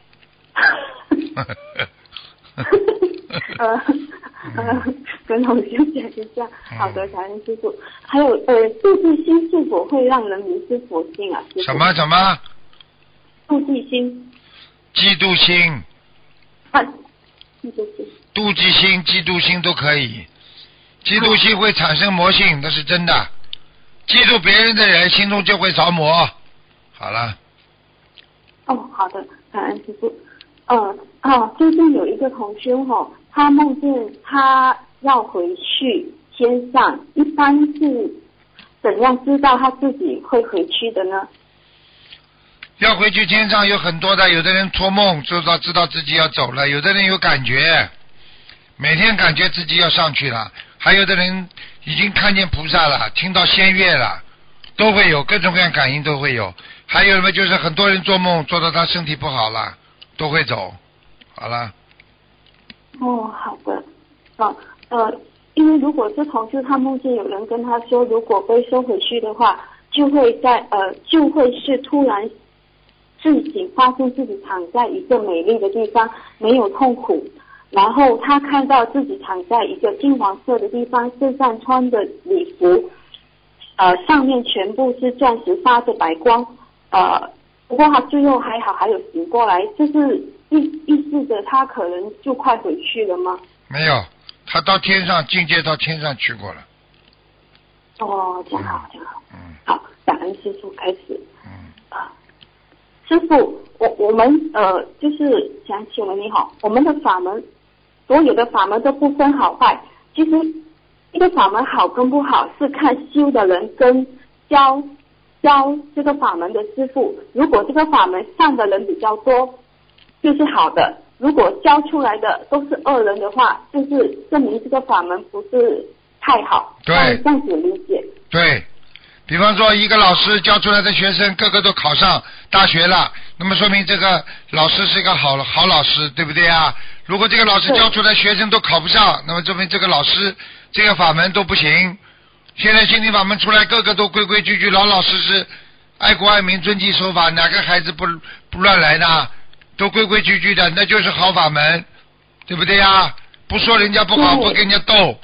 S8: 呃呃，跟同学讲一下，好的，感恩师父。还有呃，妒忌心是否会让人迷失佛性啊？
S2: 什么什么？
S8: 妒忌心。
S2: 嫉妒心。
S8: 啊，嫉妒心。
S2: 妒忌心、嫉妒心都可以。嫉妒心会产生魔性，那是真的。嫉妒别人的人，心中就会着魔。好了。
S8: 哦，好的，感恩师父。呃啊，最近有一个同修哈，他梦见他要回去天上，一般是怎样知道他自己会回去的呢？
S2: 要回去天上有很多的，有的人托梦知道知道自己要走了，有的人有感觉，每天感觉自己要上去了，还有的人已经看见菩萨了，听到仙乐了，都会有各种各样感应都会有。还有什么就是很多人做梦做到他身体不好了。都会走，好了。
S8: 哦，好的。啊，呃，因为如果是同事他梦见有人跟他说，如果被收回去的话，就会在呃，就会是突然自己发现自己躺在一个美丽的地方，没有痛苦。然后他看到自己躺在一个金黄色的地方，身上穿的礼服，呃，上面全部是钻石，发着白光，呃。不过他最后还好，还有醒过来，就是意意识着他可能就快回去了吗？
S2: 没有，他到天上境界到天上去过了。
S8: 哦，这样好，这样好。
S2: 嗯。
S8: 好，感恩师父开始。
S2: 嗯。
S8: 啊，师父，我我们呃，就是想请问你好，我们的法门，所有的法门都不分好坏，其实一个法门好跟不好是看修的人跟教教这个法门的师父，如果这个法门上的人比较多，就是好的。如果教出来的都是恶人的话，就是证明这个法门不是太好。
S2: 对，
S8: 这样子理解。
S2: 对，比方说一个老师教出来的学生个个都考上大学了，那么说明这个老师是一个好好老师，对不对啊？如果这个老师教出来学生都考不上，那么证明这个老师这个法门都不行。现在心灵法门出来，个个都规规矩矩、老老实实、爱国爱民、遵纪守法，哪个孩子不不乱来的？都规规矩矩的，那就是好法门，对不对呀？不说人家不好，不跟人家斗，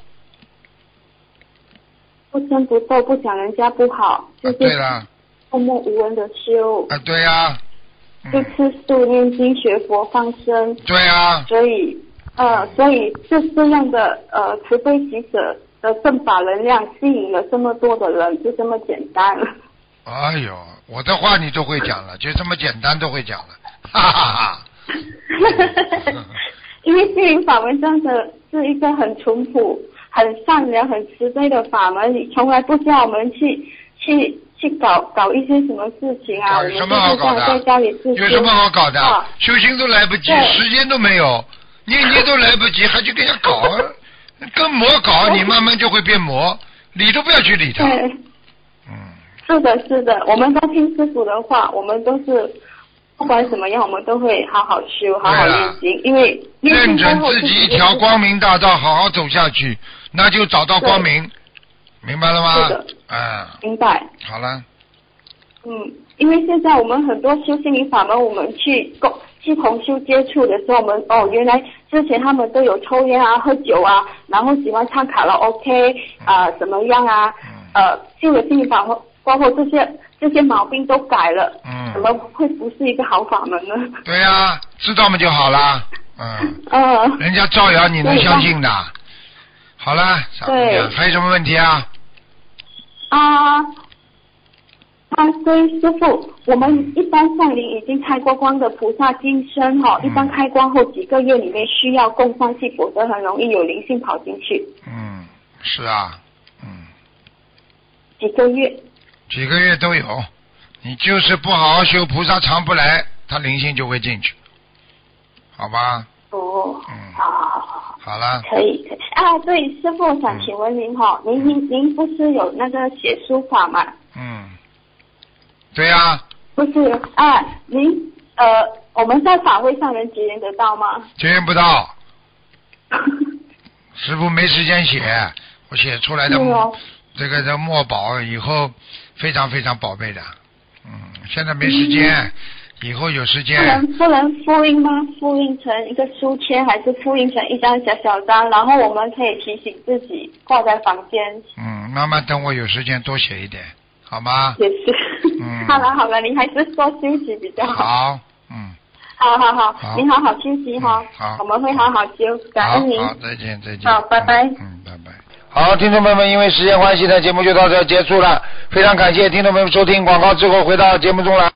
S8: 不争不斗，不讲人家不好，就是
S2: 对了，
S8: 默默无闻的修
S2: 啊，对呀，
S8: 嗯、就吃素、念经、学佛、放生，
S2: 对呀，
S8: 所以呃，所以这这样的呃慈悲喜舍的正法能量吸引了这么多的人，就这么简单。
S2: 哎呦，我的话你都会讲了，就这么简单都会讲了。哈哈哈，
S8: 因为心灵法门真的是一个很淳朴、很善良、很慈悲的法门，你从来不叫我们去去去搞搞一些什么事情啊，
S2: 搞什么好搞的？
S8: 在家里自
S2: 有什么好搞的？
S8: 啊、
S2: 修行都来不及，时间都没有，念经都来不及，还去跟人家搞，跟魔搞，你慢慢就会变魔，理都不要去理他。
S8: 对，嗯，是的，是的，我们都听师父的话，我们都是。不管怎么样，我们都会好好修，好好练经，因为
S2: 认准自己一条光明大道，好好走下去，那就找到光明，明白了吗？
S8: 是的，
S2: 嗯，
S8: 明白。
S2: 好了。
S8: 嗯，因为现在我们很多修心灵法门，我们去共去同修接触的时候，我们哦，原来之前他们都有抽烟啊、喝酒啊，然后喜欢唱卡拉 OK 啊、呃，怎么样啊？呃，修了心灵法门，包括这些。这些毛病都改了，嗯，怎么会不是一个好法门呢？
S2: 对呀、啊，知道嘛就好了，嗯，
S8: 呃，
S2: 人家造谣你能相信的。好了，
S8: 对，
S2: 还有什么问题啊？
S8: 啊啊，所以师父，我们一般上灵已经开过光的菩萨金身哈、哦嗯，一般开光后几个月里面需要供上去，否则很容易有灵性跑进去。
S2: 嗯，是啊，嗯，
S8: 几个月。
S2: 几个月都有，你就是不好好修，菩萨常不来，他灵性就会进去，好吧？
S8: 哦，嗯，好好好好，
S2: 好了，
S8: 可以可以啊，对，师父想请问您哈、嗯，您您您不是有那个写书法吗？
S2: 嗯，对呀、啊。
S8: 不是啊，您呃，我们在法会上能结缘得到吗？
S2: 结缘不到，师父没时间写，我写出来的。哦这个的墨宝以后非常非常宝贝的，嗯，现在没时间，嗯、以后有时间。
S8: 不能不能复印吗？复印成一个书签，还是复印成一张小小张，然后我们可以提醒自己挂在房间。
S2: 嗯，慢慢等我有时间多写一点，好吗？
S8: 也是。嗯。好了好了，你还是多休息比较好。
S2: 好，嗯。
S8: 好好好，好您好好休息哈、
S2: 嗯。好。
S8: 我们会好好修，感恩您。
S2: 好，再见再见。
S8: 好，拜拜。
S2: 嗯，嗯拜拜。好，听众朋友们，因为时间关系呢，节目就到这结束了。非常感谢听众朋友们收听广告之后回到节目中来。